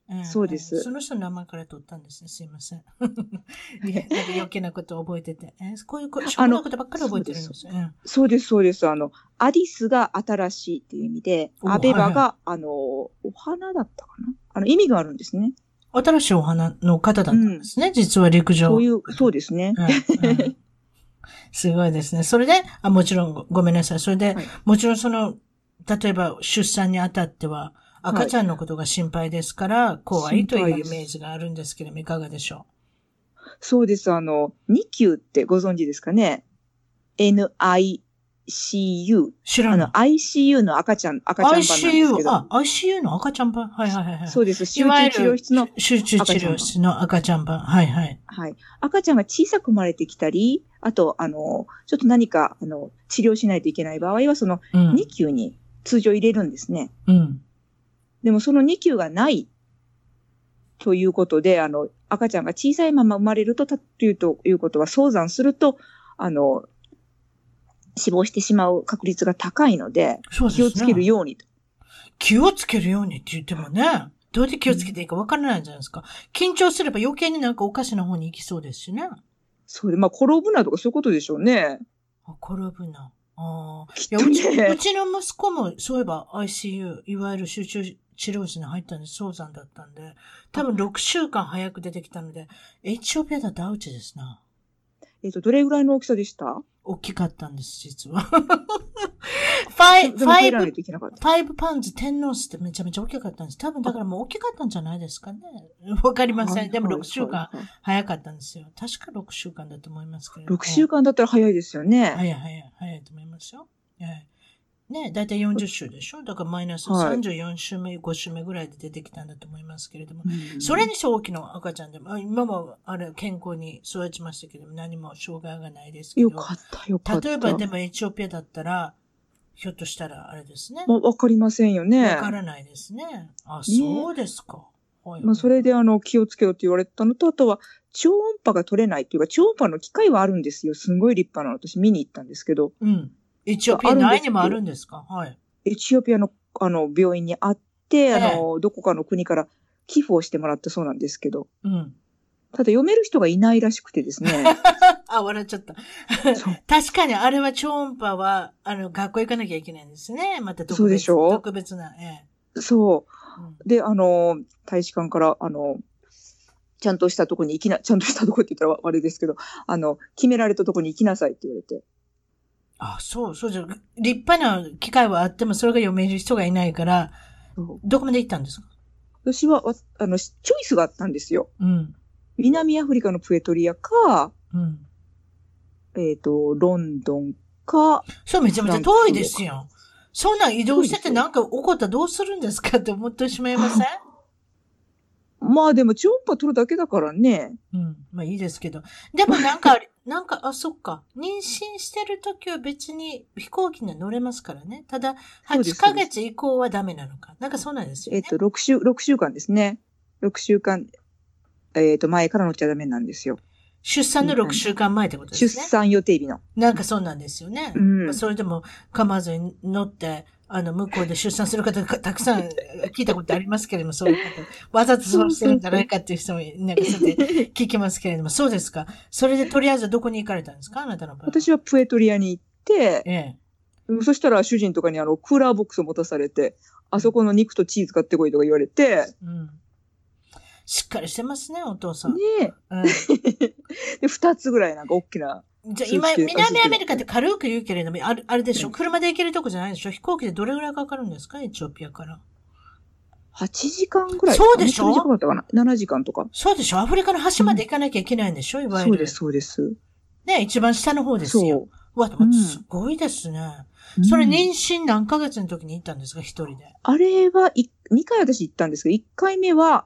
そうです。 その人の名前から取ったんですね。すいません。いや、なんか余計なこと覚えてて。こういうしょうもないことばっかり覚えてるんですよ。 そうです、そうです。アディスが新しいっていう意味で、アベバが、お花だったかな意味があるんですね。 新しいお花の方だったんですね。実は陸上。 そうですね。 すごいですね。それで、もちろん、ごめんなさい。それで、もちろん例えば出産にあたっては、赤ちゃんのことが心配ですから、怖いというイメージがあるんですけども、いかがでしょう？そうです。NICU ってご存知ですかね？ NICU。 知らない。 ICU の赤ちゃん版なんですけど。 ICU の赤ちゃん版？はいはいはい。 そうです。集中治療室の集中治療室の赤ちゃん版。はいはい。 はい。赤ちゃんが小さく生まれてきたり、あと、ちょっと何か、治療しないといけない場合は、NICU に通常入れるんですね。でもそのNICUがないということで、赤ちゃんが小さいまま生まれるということは、早産すると、死亡してしまう確率が高いので、気をつけるようにと。 気をつけるようにって言ってもね、どうやって気をつけていいか分からないじゃないですか。緊張すれば余計になんかおかしな方に行きそうですしね。 そうで、転ぶなとかそういうことでしょうね。 転ぶな。 きっとね。 うちの息子もそういえば ICU、いわゆる集中治療室に入ったんで、早産だったんで、多分6週間早く出てきたので、エチオピアだとアウチですな。 どれぐらいの大きさでした？ 大きかったんです、実は。5パウンズ10ノースってめちゃめちゃ大きかったんです。多分だからもう大きかったんじゃないですかね。わかりません。でも6週間早かったんですよ。確か6週間だと思いますけど。 6週間だったら早いですよね。 早いと思いますよ。ね、だいたい40週でしょ？だからマイナス34週目、5週目ぐらいで出てきたんだと思いますけれども。それにして大きな赤ちゃんでも、今も健康に育ちましたけども、何も障害がないですけど。 よかった。 例えばでもエチオピアだったら、ひょっとしたらあれですね。 わかりませんよね。 わからないですね。そうですか。 それで気をつけろって言われたのと、あとは超音波が取れないっていうか、超音波の機械はあるんですよ。すごい立派なの。私見に行ったんですけど。 エチオピア内にもあるんですか？はい。 エチオピアの、病院にあって、どこかの国から寄付をしてもらったそうなんですけど。ただ読める人がいないらしくてですね。 笑っちゃった。確かにあれは超音波は、学校行かなきゃいけないんですね。またそうでしょ？ 特別な。 そう。で、大使館から、ちゃんとしたとこにちゃんとしたとこって言ったらあれですけど、決められたとこに行きなさいって言われて。 そうじゃ、立派な機会はあっても、それが読める人がいないから、どこまで行ったんですか？ 私は、チョイスがあったんですよ。南アフリカのプエトリアか、ロンドンか。 そう、めちゃめちゃ遠いですよ。そんなん移動しててなんか起こったらどうするんですかって思ってしまいません？ まあでも超音波取るだけだからね。 まあいいですけど。でもなんか、そっか。妊娠してるときは別に飛行機には乗れますからね。ただ、8ヶ月以降はダメなのか。なんかそうなんですよね。 6週間ですね。6週間、前から乗っちゃダメなんですよ。 出産の6週間前ってことですね。 出産予定日の。 なんかそうなんですよね。それでも構わずに乗って、向こうで出産する方がたくさん聞いたことありますけれども、そういうこと。わざとそうしてるんじゃないかっていう人も、なんかそうで聞きますけれども、そうですか。それでとりあえずどこに行かれたんですか？あなたの場合。 私はプエトリアに行って、そしたら主人とかにクーラーボックスを持たされて、あそこの肉とチーズ買ってこいとか言われて、 しっかりしてますね、お父さん。 ねえ。で、2つぐらいなんか大きな。 じゃあ今、南アメリカって軽く言うけれども、あれでしょ、車で行けるとこじゃないでしょ？飛行機でどれぐらいかかるんですか？エチオピアから。 8時間ぐらい。 そうでしょ？ 8時間だったかな ?7 時間とか。 そうでしょ？アフリカの端まで行かなきゃいけないんでしょ？いわゆる。 そうです。 ね、一番下の方ですよ。すごいですね。それ妊娠何ヶ月の時に行ったんですか？一人で。 あれは、2回私行ったんですけど、1回目は、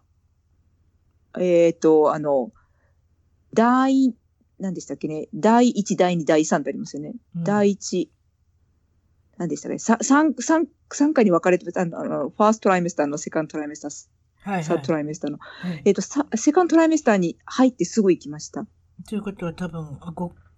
何でしたっけね。第1、第2、第3ってありますよね。第1、何でしたっけ。3回に分かれて、ファーストトライメスターのセカンドトライメスター、サードトライメスターの。セカンドトライメスターに入ってすぐ行きました。 ということは多分、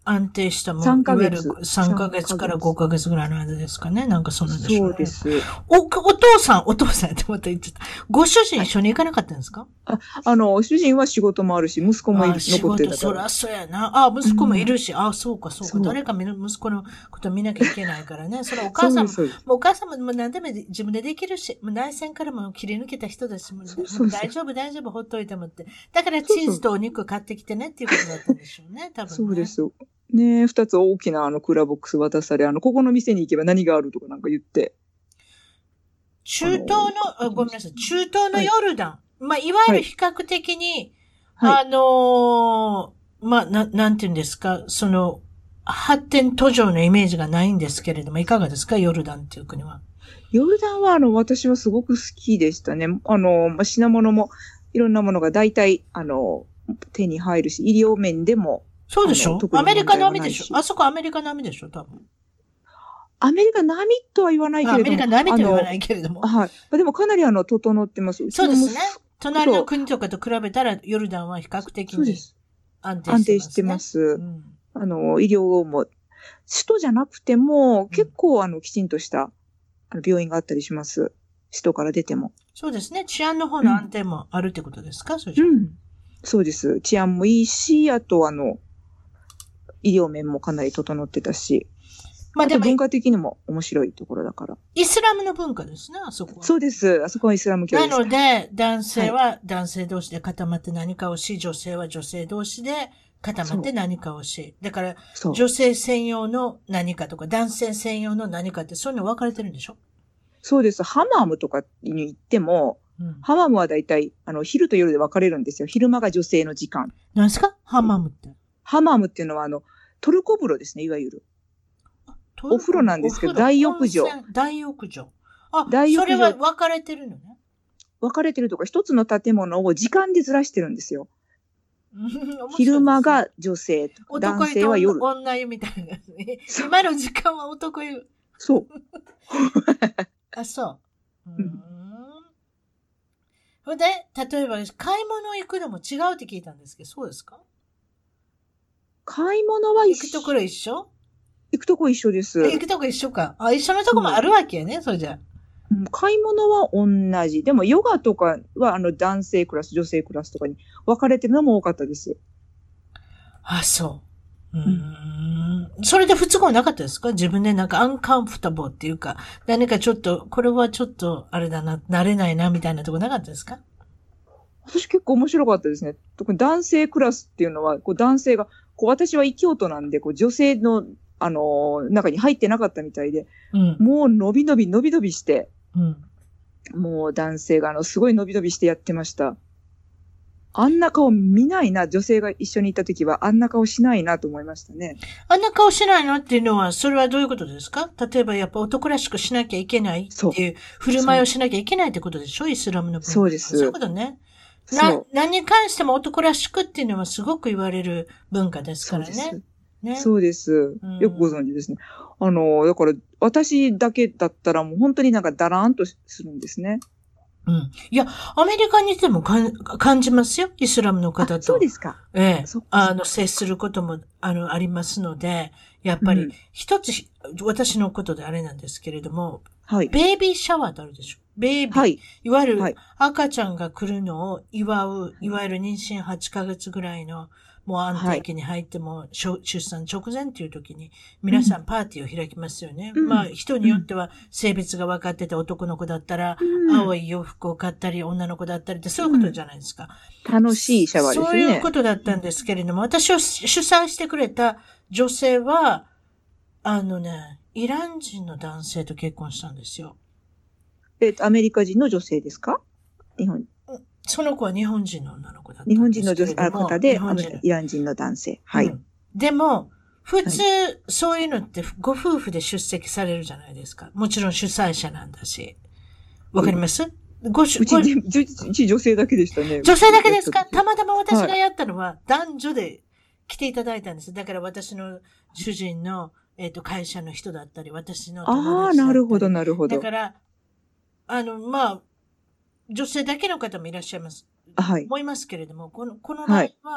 安定したも 3 う、いわゆるヶ月。 3ヶ月から5ヶ月ぐらいの間ですかね。なんかそうなんでしょうね。 そうです。 お父さんってまた言っちゃった。ご主人一緒に行かなかったんですか？ 主人は仕事もあるし、息子もいる、 仕事、 残ってたから。 そらそうやな。息子もいるし、そうか。 そう。 誰か息子のこと見なきゃいけないからね。それお母さんも、 そうです、そうです。 もうお母さんも何でも自分でできるし、もう内戦からも切り抜けた人だし、もう大丈夫、ほっといてもって。だからチーズとお肉買ってきてねっていうことだったんでしょうね、多分ね。 そうです。ねえ、2つ大きなクーラーボックス渡され、ここの店に行けば何があるとかなんか言って。 中東の、ごめんなさい、中東のヨルダン。はい、まあ、いわゆる比較的に、はい、まあ、なんて言うんですか、発展途上のイメージがないんですけれども、いかがですか、ヨルダンっていう国は。 ヨルダンは、私はすごく好きでしたね。品物も、いろんなものが大体、手に入るし、医療面でも。 そうでしょ？アメリカ並みでしょ？あそこアメリカ並みでしょ？多分。 アメリカ並みとは言わないけれども。 アメリカ並みとは言わないけれども。 はい。でもかなり整ってます。 そうですね。隣の国とかと比べたら、ヨルダンは比較的に安定してます、ね。 医療も、首都じゃなくても、結構きちんとした病院があったりします。首都から出ても。 そうですね。治安の方の安定もあるってことですか？ そうです。治安もいいし、あと医療面もかなり整ってたし。まあでも文化的にも面白いところだから。 イスラムの文化ですね、あそこは。 そうです。あそこはイスラム教です。 なので、男性は男性同士で固まって何かをし、女性は女性同士で固まって何かをし。だから、女性専用の何かとか、男性専用の何かって、そういうの分かれてるんでしょ？ そうです。ハマムとかに行っても、ハマムはだいたい、昼と夜で分かれるんですよ。昼間が女性の時間。 何ですか？ハマムって。 ハマムっていうのは、トルコ風呂ですね、いわゆる。お風呂なんですけど、大浴場。 大浴場。それは分かれてるのね。 分かれてるとか、一つの建物を時間でずらしてるんですよ。昼間が女性、男性は夜。 女湯みたいな、ね。今の時間は男湯。 そう。 そう。それで、例えば、買い物行くのも違うって聞いたんですけど、そうですか？ 買い物は行くところ一緒？ 行くとこ一緒です。 行くとこ一緒か。一緒のとこもあるわけやね、それじゃ。 買い物は同じ。でも、ヨガとかは、男性クラス、女性クラスとかに分かれてるのも多かったです。 そう。それで不都合なかったですか？自分でなんかアンカンフォタボーっていうか、何かちょっと、これはちょっと、あれだな、慣れないな、みたいなとこなかったですか？ 私結構面白かったですね。特に男性クラスっていうのは、男性が、私は異教徒なんで、女性の、中に入ってなかったみたいで、もう伸び伸びして、もう男性がすごい伸び伸びしてやってました。あんな顔見ないな、女性が一緒にいたときはあんな顔しないなと思いましたね。 あんな顔しないなっていうのは、それはどういうことですか？例えばやっぱ男らしくしなきゃいけないっていう、振る舞いをしなきゃいけないってことでしょ？イスラムの文化。 そうです。 そういうことね。何に関しても男らしくっていうのはすごく言われる文化ですからね。 そうです。よくご存知ですね。だから、私だけだったらもう本当になんかダラーンとするんですね。 いや、アメリカにいても感じますよ。イスラムの方と。 そうですか。 接することも、ありますので、やっぱり、一つ、私のことであれなんですけれども、ベイビーシャワーってあるでしょ？ベイビー。いわゆる、赤ちゃんが来るのを祝う、いわゆる妊娠8ヶ月ぐらいの、もう安定期に入っても、出産直前っていう時に、皆さんパーティーを開きますよね。まあ、人によっては性別が分かってて男の子だったら、青い洋服を買ったり、女の子だったりってそういうことじゃないですか。 楽しいシャワーですね。 そういうことだったんですけれども、私を主催してくれた女性は、イラン人の男性と結婚したんですよ。 アメリカ人の女性ですか？日本。 その子は日本人の女の子だったんですけれども。 日本人の方で、イラン人の男性。はい。 でも、普通、そういうのってご夫婦で出席されるじゃないですか。もちろん主催者なんだし。わかります？ うち女性だけでしたね。 女性だけですか？たまたま私がやったのは男女で来ていただいたんです。だから私の主人の、会社の人だったり、私の友達だったり。 なるほど、なるほど。 だから、まあ、女性だけの方もいらっしゃいます。思いますけれども、この場合は、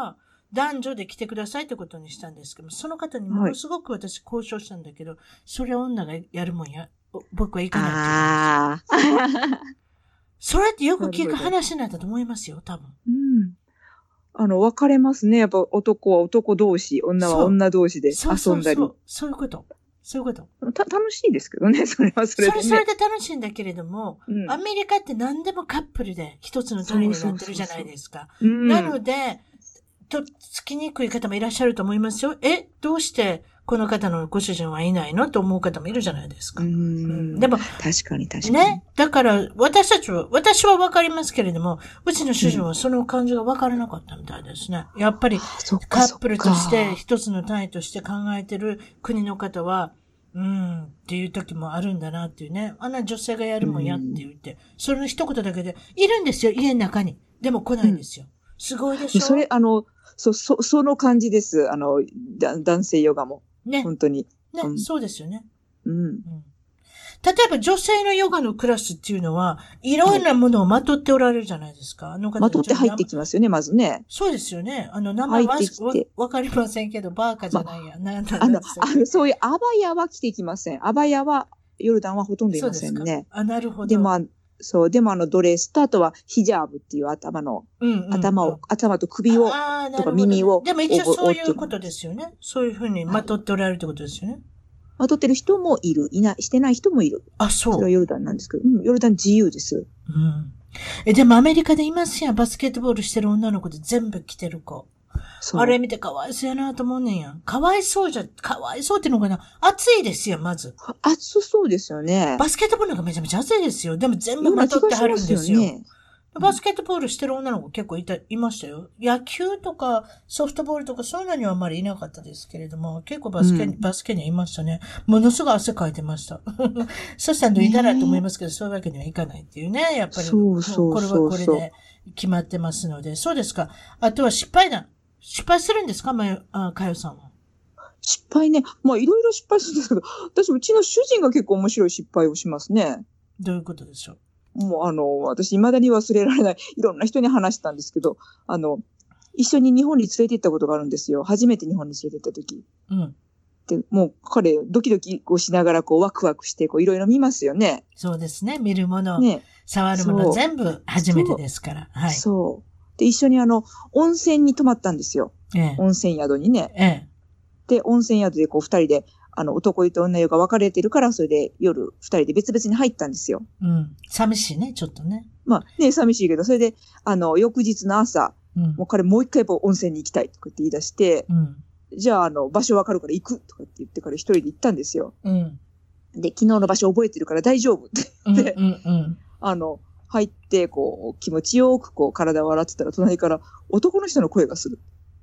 男女で来てくださいってことにしたんですけど、その方にものすごく私交渉したんだけど、それは女がやるもんや、僕は行かないって言うんですよ。それってよく聞く話なんだと思いますよ、多分。 分かれますね。やっぱ男は男同士、女は女同士で遊んだり。 そういうこと。そういうこと。 楽しいですけどね、それはそれで、ね。 それで楽しいんだけれども、アメリカって何でもカップルで一つの単位になってるじゃないですか。なので、とっつきにくい方もいらっしゃると思いますよ。どうしてこの方のご主人はいないのと思う方もいるじゃないですか。でも、 確かに。 ね。だから、私はわかりますけれども、うちの主人はその感じがわからなかったみたいですね。やっぱり、カップルとして、一つの単位として考えてる国の方は、っていう時もあるんだなっていうね。女性がやるもんやって言って、それの一言だけで、いるんですよ、家の中に。でも来ないんですよ。すごいでしょ？ それ、その感じです。男性ヨガも。ね。本当に。 ね、そうですよね。例えば女性のヨガのクラスっていうのは、いろんなものをまとっておられるじゃないですか。 まとって入ってきますよね、まずね。 そうですよね。名前はわかりませんけど、バーカじゃないや。 そういうアバヤは着てきません。アバヤは、ヨルダンはほとんどいませんね。 なるほど。 でも、ドレスと、あとはヒジャーブっていう頭と首を、とか耳を。 でも一応そういうことですよね。そういうふうにまとっておられるってことですよね。 まとってる人もいる。してない人もいる。 そう。 それはヨルダンなんですけど。ヨルダン自由です。 でもアメリカでいますやん。バスケットボールしてる女の子で全部着てる子。あれ見てかわいそうやなと思うねんやん。かわいそうっていうのかな。暑いですよ、まず。 暑そうですよね。 バスケットボールがめちゃめちゃ暑いですよ。でも全部まとってはるんですよ。バスケットボールしてる女の子結構いましたよ。野球とかソフトボールとかそういうのにはあんまりいなかったですけれども、結構バスケにはいましたね。ものすごい汗かいてました。そしたら脱いだらと思いますけど、そういうわけにはいかないっていうね。やっぱり、これはこれで決まってますので。そうですか。あとは失敗するんですかかよさんは。 失敗ね。まあ、いろいろ失敗するんですけど、私、うちの主人が結構面白い失敗をしますね。 どういうことでしょう？ もう私、未だに忘れられない。いろんな人に話したんですけど、一緒に日本に連れて行ったことがあるんですよ。初めて日本に連れて行った時。で、もう彼、ドキドキをしながら、ワクワクして、いろいろ見ますよね。 そうですね。見るもの、ね、触るもの全部初めてですから。はい。 そう。で、一緒に温泉に泊まったんですよ。温泉宿にね。で、温泉宿で二人で、男湯と女湯が分かれてるから、それで夜二人で別々に入ったんですよ。 寂しいね、ちょっとね。 まあね、寂しいけど、それで、翌日の朝、もう彼もう一回温泉に行きたいとかって言い出して、じゃあ、場所分かるから行くとかって言ってから一人で行ったんですよ。で、昨日の場所覚えてるから大丈夫って言って、入って、気持ちよく体を洗ってたら、隣から男の人の声がする。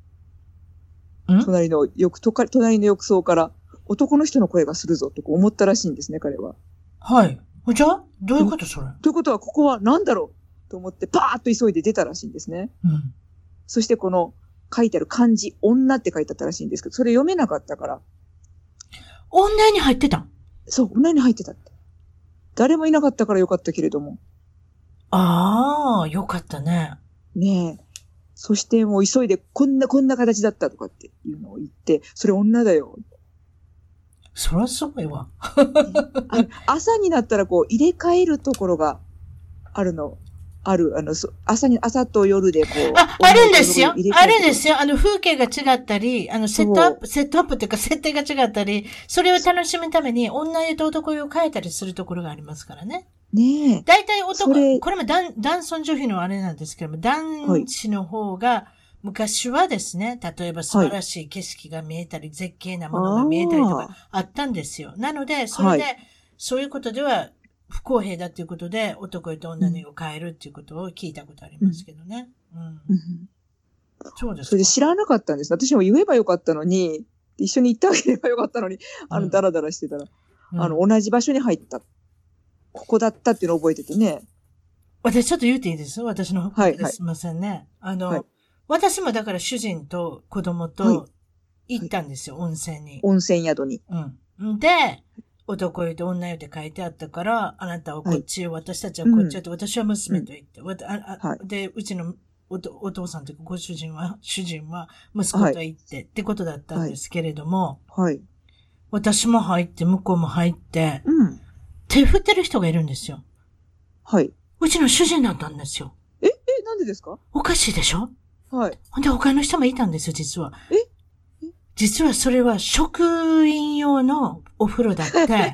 隣の浴槽から男の人の声がするぞと思ったらしいんですね、彼は。 はい。じゃあどういうことそれ？ ということは、ここは何だろうと思って、パーッと急いで出たらしいんですね。そして書いてある漢字、女って書いてあったらしいんですけど、それ読めなかったから。 女に入ってた？ そう、女に入ってたって。誰もいなかったからよかったけれども。 よかったね。 ねえ。そしてもう急いで、こんな形だったとかっていうのを言って、それ女だよ。 そりゃすごいわ。 朝になったら入れ替えるところがある。朝と夜であるんですよ。あるんですよ。風景が違ったり、セットアップっていうか設定が違ったり、それを楽しむために女湯と男湯を変えたりするところがありますからね。 ねえ。 大体これも男尊女卑のあれなんですけども、男子の方が、昔はですね、例えば素晴らしい景色が見えたり、絶景なものが見えたりとかあったんですよ。なので、それで、そういうことでは不公平だっていうことで、男湯と女湯を変えるっていうことを聞いたことありますけどね。そうです。 それで知らなかったんです。私も言えばよかったのに、一緒に行ってあげればよかったのに、ダラダラしてたら、同じ場所に入った。ここだったっていうのを覚えててね。 私ちょっと言うていいです私の方ですいませんね。私もだから主人と子供と行ったんですよ、温泉に。 温泉宿に。 で、男湯と女湯って書いてあったから、あなたはこっちよ、私たちはこっちよって、私は娘と行って、で、うちのお父さんというか主人は息子と行って、ってことだったんですけれども、 はい。 私も入って、向こうも入って、手振ってる人がいるんですよ。 はい。 うちの主人だったんですよ。 なんでですか？ おかしいでしょ？ はい。 ほんで他の人もいたんですよ、実は。実はそれは職員用のお風呂だって、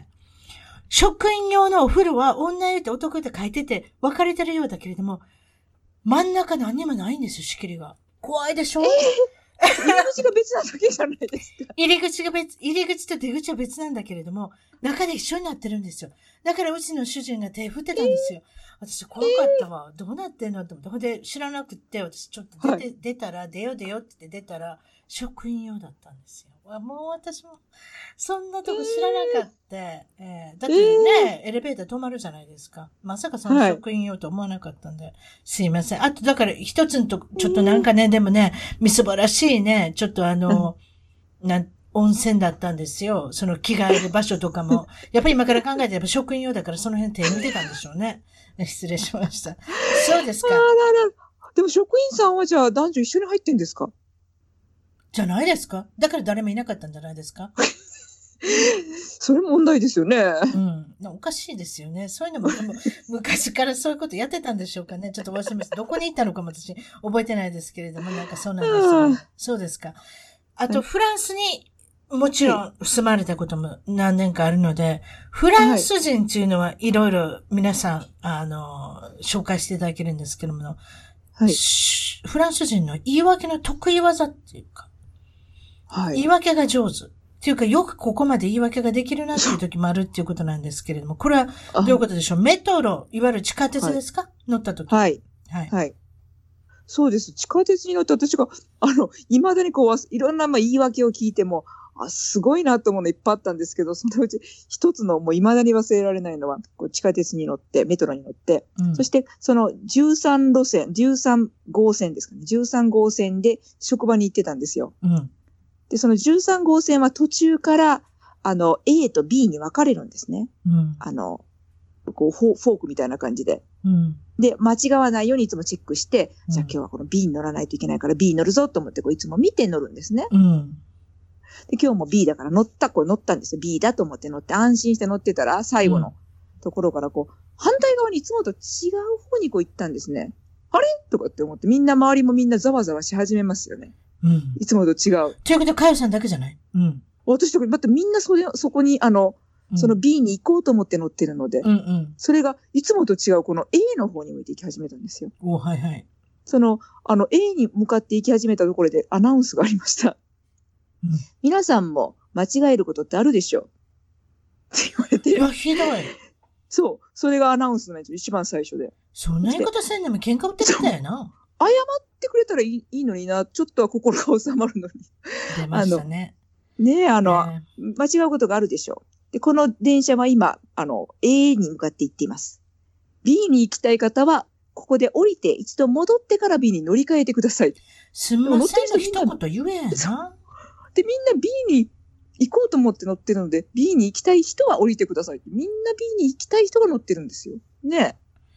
職員用のお風呂は女湯って男って書いてて分かれてるようだけれども、真ん中何にもないんですよ、仕切りが。怖いでしょ？ 入り口が別なだけじゃないですか。 入り口と出口は別なんだけれども、中で一緒になってるんですよ。だからうちの主人が手振ってたんですよ。私怖かったわ。どうなってんのと思って。ほんで知らなくって、私ちょっと出たら、出よって言って出たら、職員用だったんですよ。もう私も、そんなとこ知らなかった。だってね、エレベーター止まるじゃないですか。まさかその職員用と思わなかったんで、すいません。あと、だから一つのと、ちょっとなんかね、でもね、みすぼらしいね、ちょっと温泉だったんですよ。その着替える場所とかも。やっぱり今から考えてやっぱ職員用だからその辺手抜いてたんでしょうね。失礼しました。そうですか。 でも職員さんはじゃあ男女一緒に入ってんですか？ じゃないですか？だから誰もいなかったんじゃないですか？ それ問題ですよね。 うん。おかしいですよね。そういうのも、昔からそういうことやってたんでしょうかね。ちょっと忘れました。どこに行ったのかも私覚えてないですけれども、なんかそうなんですよね。そうですか。あと、フランスにもちろん住まれたことも何年かあるので、フランス人っていうのはいろいろ皆さん、紹介していただけるんですけども、はい、フランス人の言い訳の得意技っていうか、はい、言い訳が上手。っていうか、よくここまで言い訳ができるなっていう時もあるっていうことなんですけれども、これはどういうことでしょう？メトロ、いわゆる地下鉄ですか？乗った時。 はい。はい。はい。そうです。地下鉄に乗って私が、未だにこう、いろんな言い訳を聞いても、すごいなと思うのいっぱいあったんですけど、そのうち一つのもう未だに忘れられないのは、こう地下鉄に乗って、メトロに乗って、そしてその13号線ですかね。13号線で職場に行ってたんですよ。で、その13号線は途中から、A と B に分かれるんですね。こうフォークみたいな感じで。で、間違わないようにいつもチェックして、じゃあ今日はこの B に乗らないといけないから B に乗るぞと思ってこういつも見て乗るんですね。で、今日も B だから乗ったんですよ。B だと思って乗って、安心して乗ってたら、最後のところからこう、反対側にいつもと違う方にこう行ったんですね。あれとかって思って、周りもみんなざわざわし始めますよね。いつもと違う。 ということで、かよさんだけじゃない？ 私とか、またみんなそこに、その B に行こうと思って乗ってるので、それがいつもと違うこの A の方に向いて行き始めたんですよ。 はいはい。 その、A に向かって行き始めたところでアナウンスがありました。皆さんも間違えることってあるでしょうって言われて。 いや、ひどい。 そう。それがアナウンスなんですよ。一番最初で。 そんな言い方せんでも喧嘩売ってきたよな。 謝ってくれたらいいのにな。ちょっとは心が収まるのに。 出ましたね。 間違うことがあるでしょう。で、この電車は今、A に向かって行っています。B に行きたい方は、ここで降りて一度戻ってから B に乗り換えてください。 すんませんの一言言えやな。 で、みんな B に行こうと思って乗ってるので、B に行きたい人は降りてください。みんな B に行きたい人が乗ってるんですよ。ね。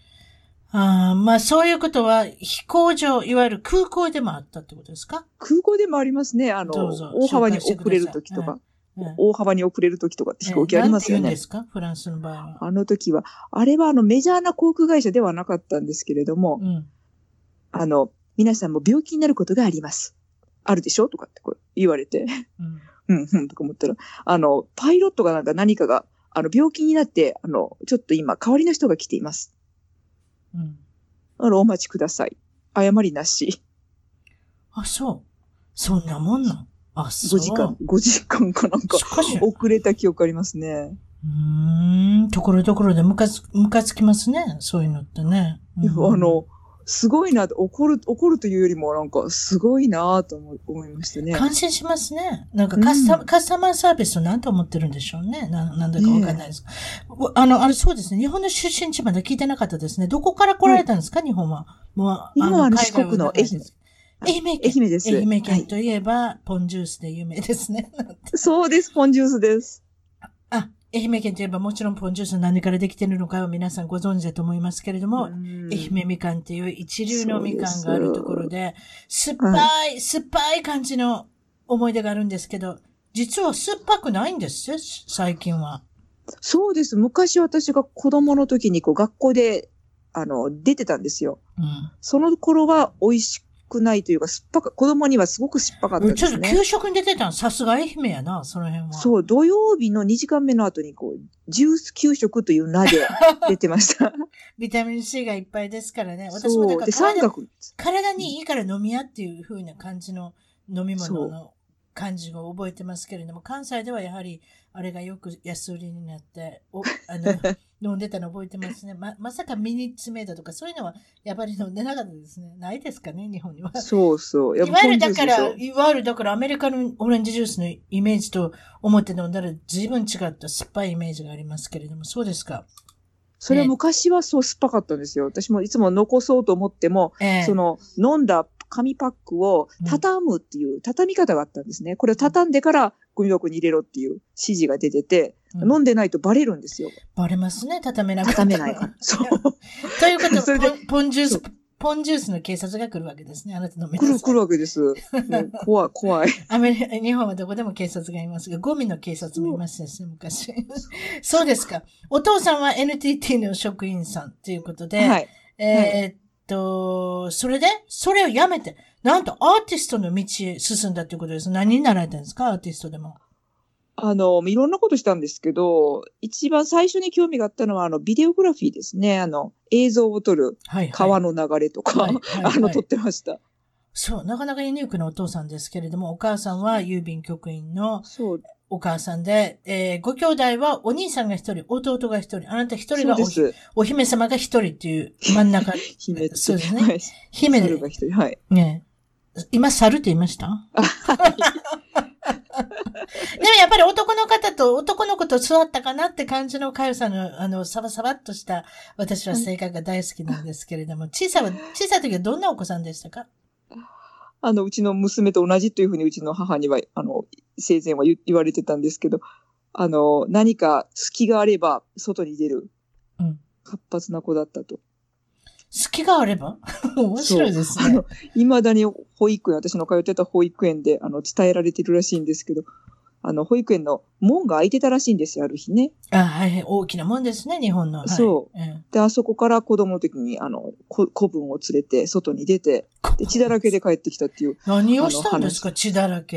そういうことは飛行場、いわゆる空港でもあったってことですか？ 空港でもありますね。大幅に遅れるときとか。大幅に遅れるときとかって飛行機ありますよね。 なんて言うんですか？フランスの場合は。 あの時は、あれはメジャーな航空会社ではなかったんですけれども、皆さんも病気になることがあります。あるでしょとかってこう言われて、とか思ったら、パイロットが何かが、病気になって、ちょっと今、代わりの人が来ています。お待ちください。誤りなし。 あ、そう。そんなもんなん？あ、そう。 5時間かなんか、遅れた記憶ありますね。 ところどころでムカつきますね。そういうのってね。 すごいな、怒るというよりもなんか、すごいなと思いましたね。 感心しますね。なんかカスタマーサービスを何と思ってるんでしょうね。なんだかわかんないです。あれそうですね。日本の出身地まだ聞いてなかったですね。どこから来られたんですか、日本は。もう、 日本は四国の愛媛。 愛媛です。 愛媛県といえば、ポンジュースで有名ですね。 そうです、ポンジュースです。 愛媛県といえばもちろんポンジュース何からできているのかを皆さんご存知だと思いますけれども、愛媛みかんっていう一流のみかんがあるところで、酸っぱい感じの思い出があるんですけど、実は酸っぱくないんですよ、最近は。 そうです。昔私が子供の時に学校で、出てたんですよ。その頃は美味しくないというか、子供にはすごく酸っぱかったですね。 ちょっと給食に出てたの、さすが愛媛やな、その辺は。 そう、土曜日の2時間目の後にジュース給食という名で出てました。 ビタミン C がいっぱいですからね。 私もだから体にいいから飲み屋っていう風な感じの飲み物の感じを覚えてますけれども、関西ではやはりあれがよく安売りになって、飲んでたの覚えてますね。まさかミニッツメイドとかそういうのはやっぱり飲んでなかったですね。ないですかね、日本には。 そうそう。 いわゆるだからアメリカのオレンジジュースのイメージと思って飲んだら随分違った酸っぱいイメージがありますけれども、そうですか。 それは昔はそう酸っぱかったんですよ。私もいつも残そうと思っても、飲んだ紙パックを畳むっていう畳み方があったんですね。これを畳んでからゴミ箱に入れろっていう指示が出てて、飲んでないとバレるんですよ。 バレますね、畳めないから。そう。 ということは、ポンジュースの警察が来るわけですね。あなた飲めない。 来るわけです。怖い。 日本はどこでも警察がいますが、ゴミの警察もいましたしね、昔。そうですか。お父さんは NTT の職員さんということで、はい。それをやめて、なんとアーティストの道へ進んだということです。何になられたんですか、アーティストでも。 いろんなことしたんですけど、一番最初に興味があったのは、ビデオグラフィーですね。映像を撮る、川の流れとか、撮ってました。 そう、なかなかユニークなお父さんですけれども、お母さんは郵便局員のお母さんで、ご兄弟はお兄さんが一人、弟が一人、あなた一人がお姫様が一人っていう真ん中。 姫そうですね。はい、姫で。 猿が一人、はい。 ね今、猿って言いましたでもやっぱり男の子と育ったかなって感じのかよさんの、サバサバっとした私は性格が大好きなんですけれども、小さい時はどんなお子さんでしたか？ うちの娘と同じというふうにうちの母には、生前は言われてたんですけど、何か隙があれば外に出る、活発な子だったと。 隙があれば面白いですね。 未だに私の通ってた保育園で、伝えられてるらしいんですけど、保育園の門が開いてたらしいんですよ、ある日ね。 はい、大きな門ですね、日本の。はい、 そう。で、あそこから子供の時に、子分を連れて、外に出て、で、血だらけで帰ってきたっていう。 何をしたんですか、血だらけって。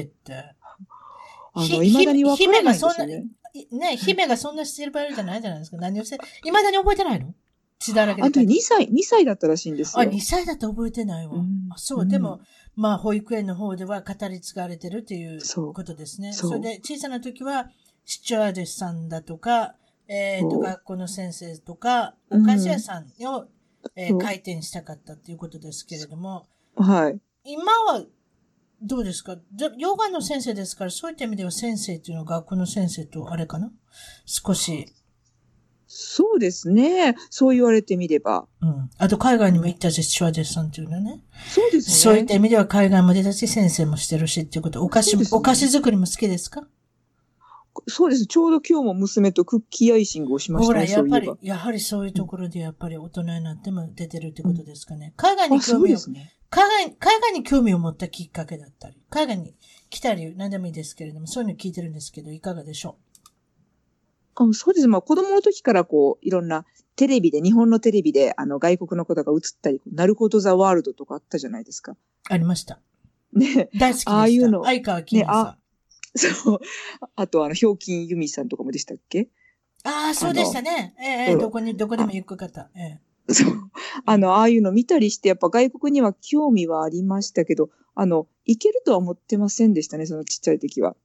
未だにわからないんですよね。 姫がそんなしてる場合じゃないじゃないですか。何をして、未だに覚えてないの？血だらけで。 2歳だったらしいんですよ。 2歳だと覚えてないわ。そう、でも、保育園の方では語り継がれてるっていうことですね。それで、小さな時は、シチュワーデスさんだとか、学校の先生とか、お菓子屋さんを、開店したかったっていうことですけれども、 はい。 今は、どうですか？ヨガの先生ですから、そういった意味では先生っていうのは学校の先生とあれかな？少し。 そうですね。そう言われてみれば。 あと海外にも行ったし、シュワデスさんっていうのはね。 そうですね。 そういった意味では海外も出たし、先生もしてるしっていうこと。お菓子作りも好きですか？ そうです。ちょうど今日も娘とクッキーアイシングをしましたね。 ほら、やはりそういうところでやっぱり大人になっても出てるってことですかね。海外に興味を持ったきっかけだったり、海外に来たり何でもいいですけれども、そういうの聞いてるんですけど、いかがでしょう？そうです。子供の時からいろんな日本のテレビで、外国の方が映ったり、なるほどザワールドとかあったじゃないですか。 ありました。 ね。 大好きでした。 ああいうの。 相川金さん。 そう。あと、ひょうきんゆみさんとかもでしたっけ？ そうでしたね。どこでも行く方。 そう。ああいうの見たりして、やっぱ外国には興味はありましたけど、行けるとは思ってませんでしたね、そのちっちゃい時は。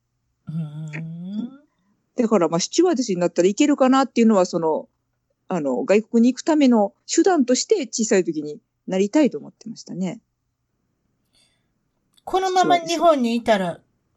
だから、スチュワーデスになったらいけるかなっていうのは、外国に行くための手段として小さい時になりたいと思ってましたね。 このまま日本にいたら、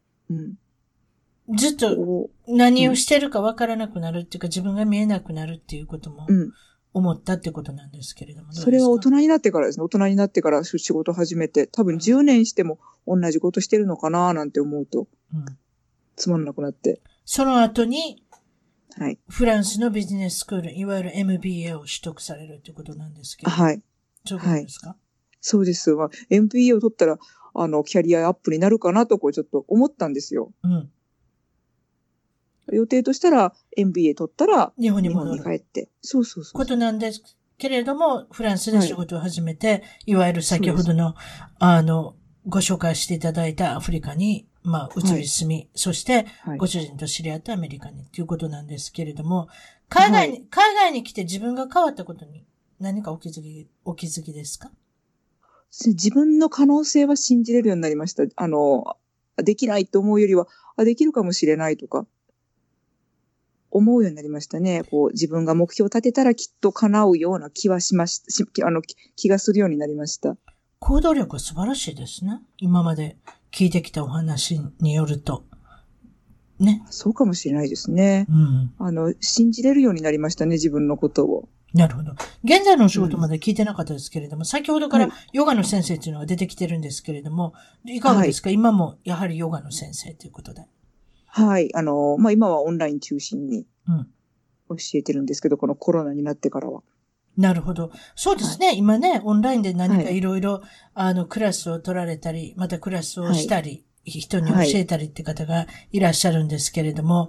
ずっと何をしてるかわからなくなるっていうか、自分が見えなくなるっていうことも思ったってことなんですけれども。 それは大人になってからですね。大人になってから仕事始めて、多分10年しても同じことしてるのかななんて思うと、つまんなくなって。 その後に、 はい。 フランスのビジネススクール、いわゆる MBA を取得されるということなんですけど。 はい。 そういうことですか？ そうです。MBA を取ったら、キャリアアップになるかなと、ちょっと思ったんですよ。 うん。 予定としたら、MBA 取ったら、 日本に戻る。 日本に帰って。そうそうそう。 ことなんですけれども、フランスで仕事を始めて、いわゆる先ほどの、ご紹介していただいたアフリカに、移り住み、そして、ご主人と知り合ったアメリカにということなんですけれども、海外に来て自分が変わったことに何かお気づきですか？ 自分の可能性は信じれるようになりました。できないと思うよりは、できるかもしれないとか、思うようになりましたね。自分が目標を立てたらきっと叶うような気はしました。気がするようになりました。 行動力は素晴らしいですね。今まで聞いてきたお話によると。ね。 そうかもしれないですね。 うん。 信じれるようになりましたね、自分のことを。 なるほど。現在のお仕事まで聞いてなかったですけれども、先ほどからヨガの先生っていうのが出てきてるんですけれども、いかがですか？今もやはりヨガの先生ということで。 はい。今はオンライン中心に教えてるんですけど、このコロナになってからは。 なるほど。そうですね。今ね、オンラインで何かいろいろ、クラスを取られたり、またクラスをしたり、人に教えたりって方がいらっしゃるんですけれども、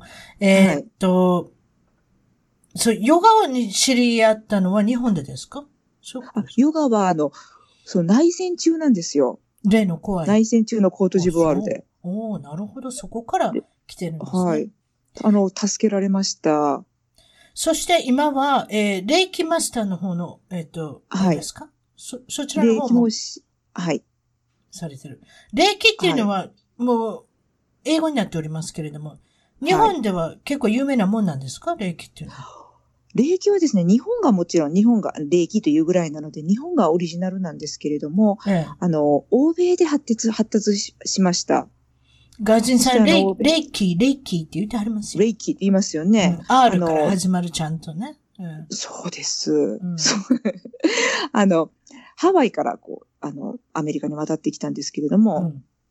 ヨガに知り合ったのは日本でですか？ ヨガは、内戦中なんですよ。 例の怖い。 内戦中のコートジボワールで。 なるほど。そこから来てるんですね。 はい。助けられました。 そして今は、レイキマスターの方の、何ですか？そちらの方も。 はい。 されてる。レイキっていうのは、もう、英語になっておりますけれども、日本では結構有名なもんなんですか？レイキっていうのは。 レイキはですね、日本がレイキというぐらいなので、日本がオリジナルなんですけれども、欧米で発達しました。 外人さん、レイキって言ってはりますよ。 レイキって言いますよね。 R から始まるちゃんとね。 そうです。ハワイからアメリカに渡ってきたんですけれども、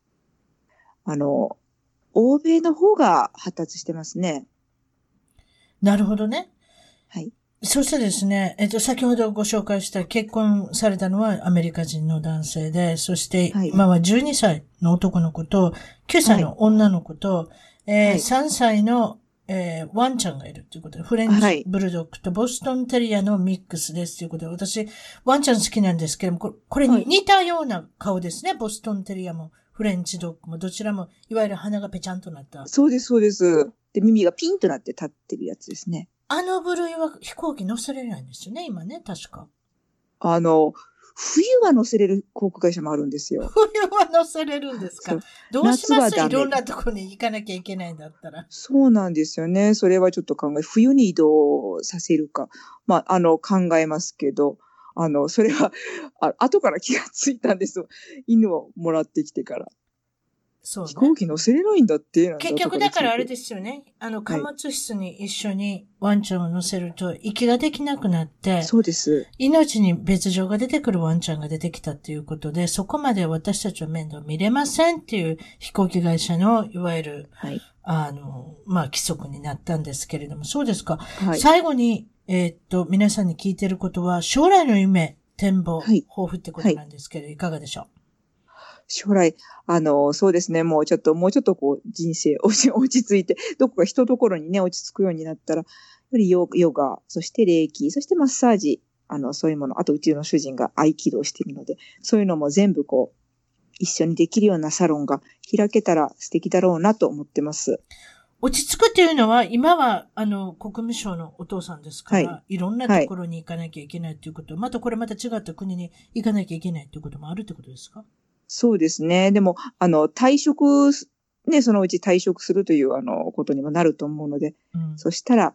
欧米の方が発達してますね。 なるほどね。 はい。 そしてですね、先ほどご紹介した結婚されたのはアメリカ人の男性で、そして今は12歳の男の子と、9歳の女の子と、3歳の、ワンちゃんがいるということで、フレンチブルドッグとボストンテリアのミックスですということで、私、ワンちゃん好きなんですけども、これに似たような顔ですね、ボストンテリアもフレンチドッグも、どちらも、いわゆる鼻がペチャンとなった。 そうです、そうです。で、耳がピンとなって立ってるやつですね。 部類は飛行機乗せれないんですよね、今ね、確か。 冬は乗せれる航空会社もあるんですよ。 冬は乗せれるんですか？どうします？いろんなところに行かなきゃいけないんだったら。 そうなんですよね。それはちょっと冬に移動させるか。考えますけど、それは、後から気がついたんですよ。犬をもらってきてから。そうね。飛行機乗せれないんだって。 結局だからあれですよね。貨物室に一緒にワンちゃんを乗せると息ができなくなって。 そうです。 命に別状が出てくるワンちゃんが出てきたということで、そこまで私たちは面倒見れませんっていう飛行機会社の、いわゆる、規則になったんですけれども、そうですか。最後に、皆さんに聞いてることは、将来の夢、展望、抱負ってことなんですけど、いかがでしょう？ 将来、そうですね、もうちょっと人生落ち着いて、どこか一ところにね、落ち着くようになったら、やはりヨガ、そしてレイキ、そしてマッサージ、そういうもの、あとうちの主人が合気道しているので、そういうのも全部一緒にできるようなサロンが開けたら素敵だろうなと思ってます。 落ち着くっていうのは、今は、国務省のお父さんですから、いろんなところに行かなきゃいけないということ、またこれまた違った国に行かなきゃいけないということもあるってことですか？ そうですね。でも、退職、ね、そのうち退職するということにもなると思うので、そしたら、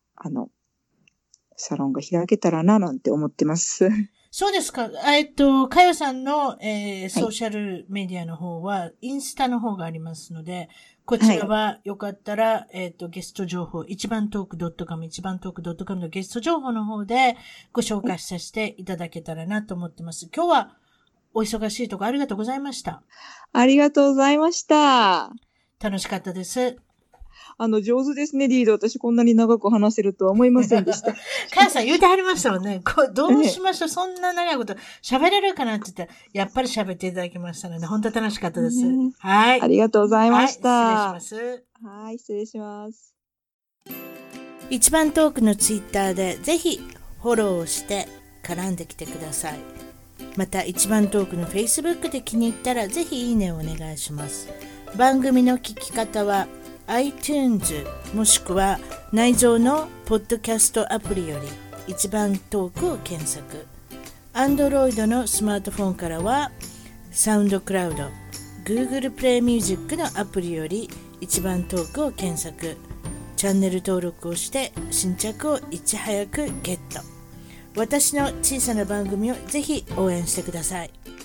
サロンが開けたらな、なんて思ってます。 そうですか。かよさんの、ソーシャルメディアの方は、インスタの方がありますので、こちらはよかったら、ゲスト情報、一番トーク .com のゲスト情報の方でご紹介させていただけたらなと思ってます。今日はお忙しいところありがとうございました。 ありがとうございました。 楽しかったです。 上手ですね、リード。私こんなに長く話せるとは思いませんでした。 かやさん言うてはりましたもんね。どうしましょう、そんな長いこと喋れるかなって言ったら、やっぱり喋っていただきましたので、本当楽しかったです。はい。 ありがとうございました。 はい、失礼します。 はい、失礼します。 一番トークのツイッターでぜひフォローをして絡んできてください。また一番トークの Facebook で気に入ったらぜひいいねをお願いします。番組の聞き方は iTunes もしくは内蔵のポッドキャストアプリより一番トークを検索。Android のスマートフォンからは SoundCloud、Google Play Music のアプリより一番トークを検索。チャンネル登録をして新着をいち早くゲット。私の小さな番組をぜひ応援してください。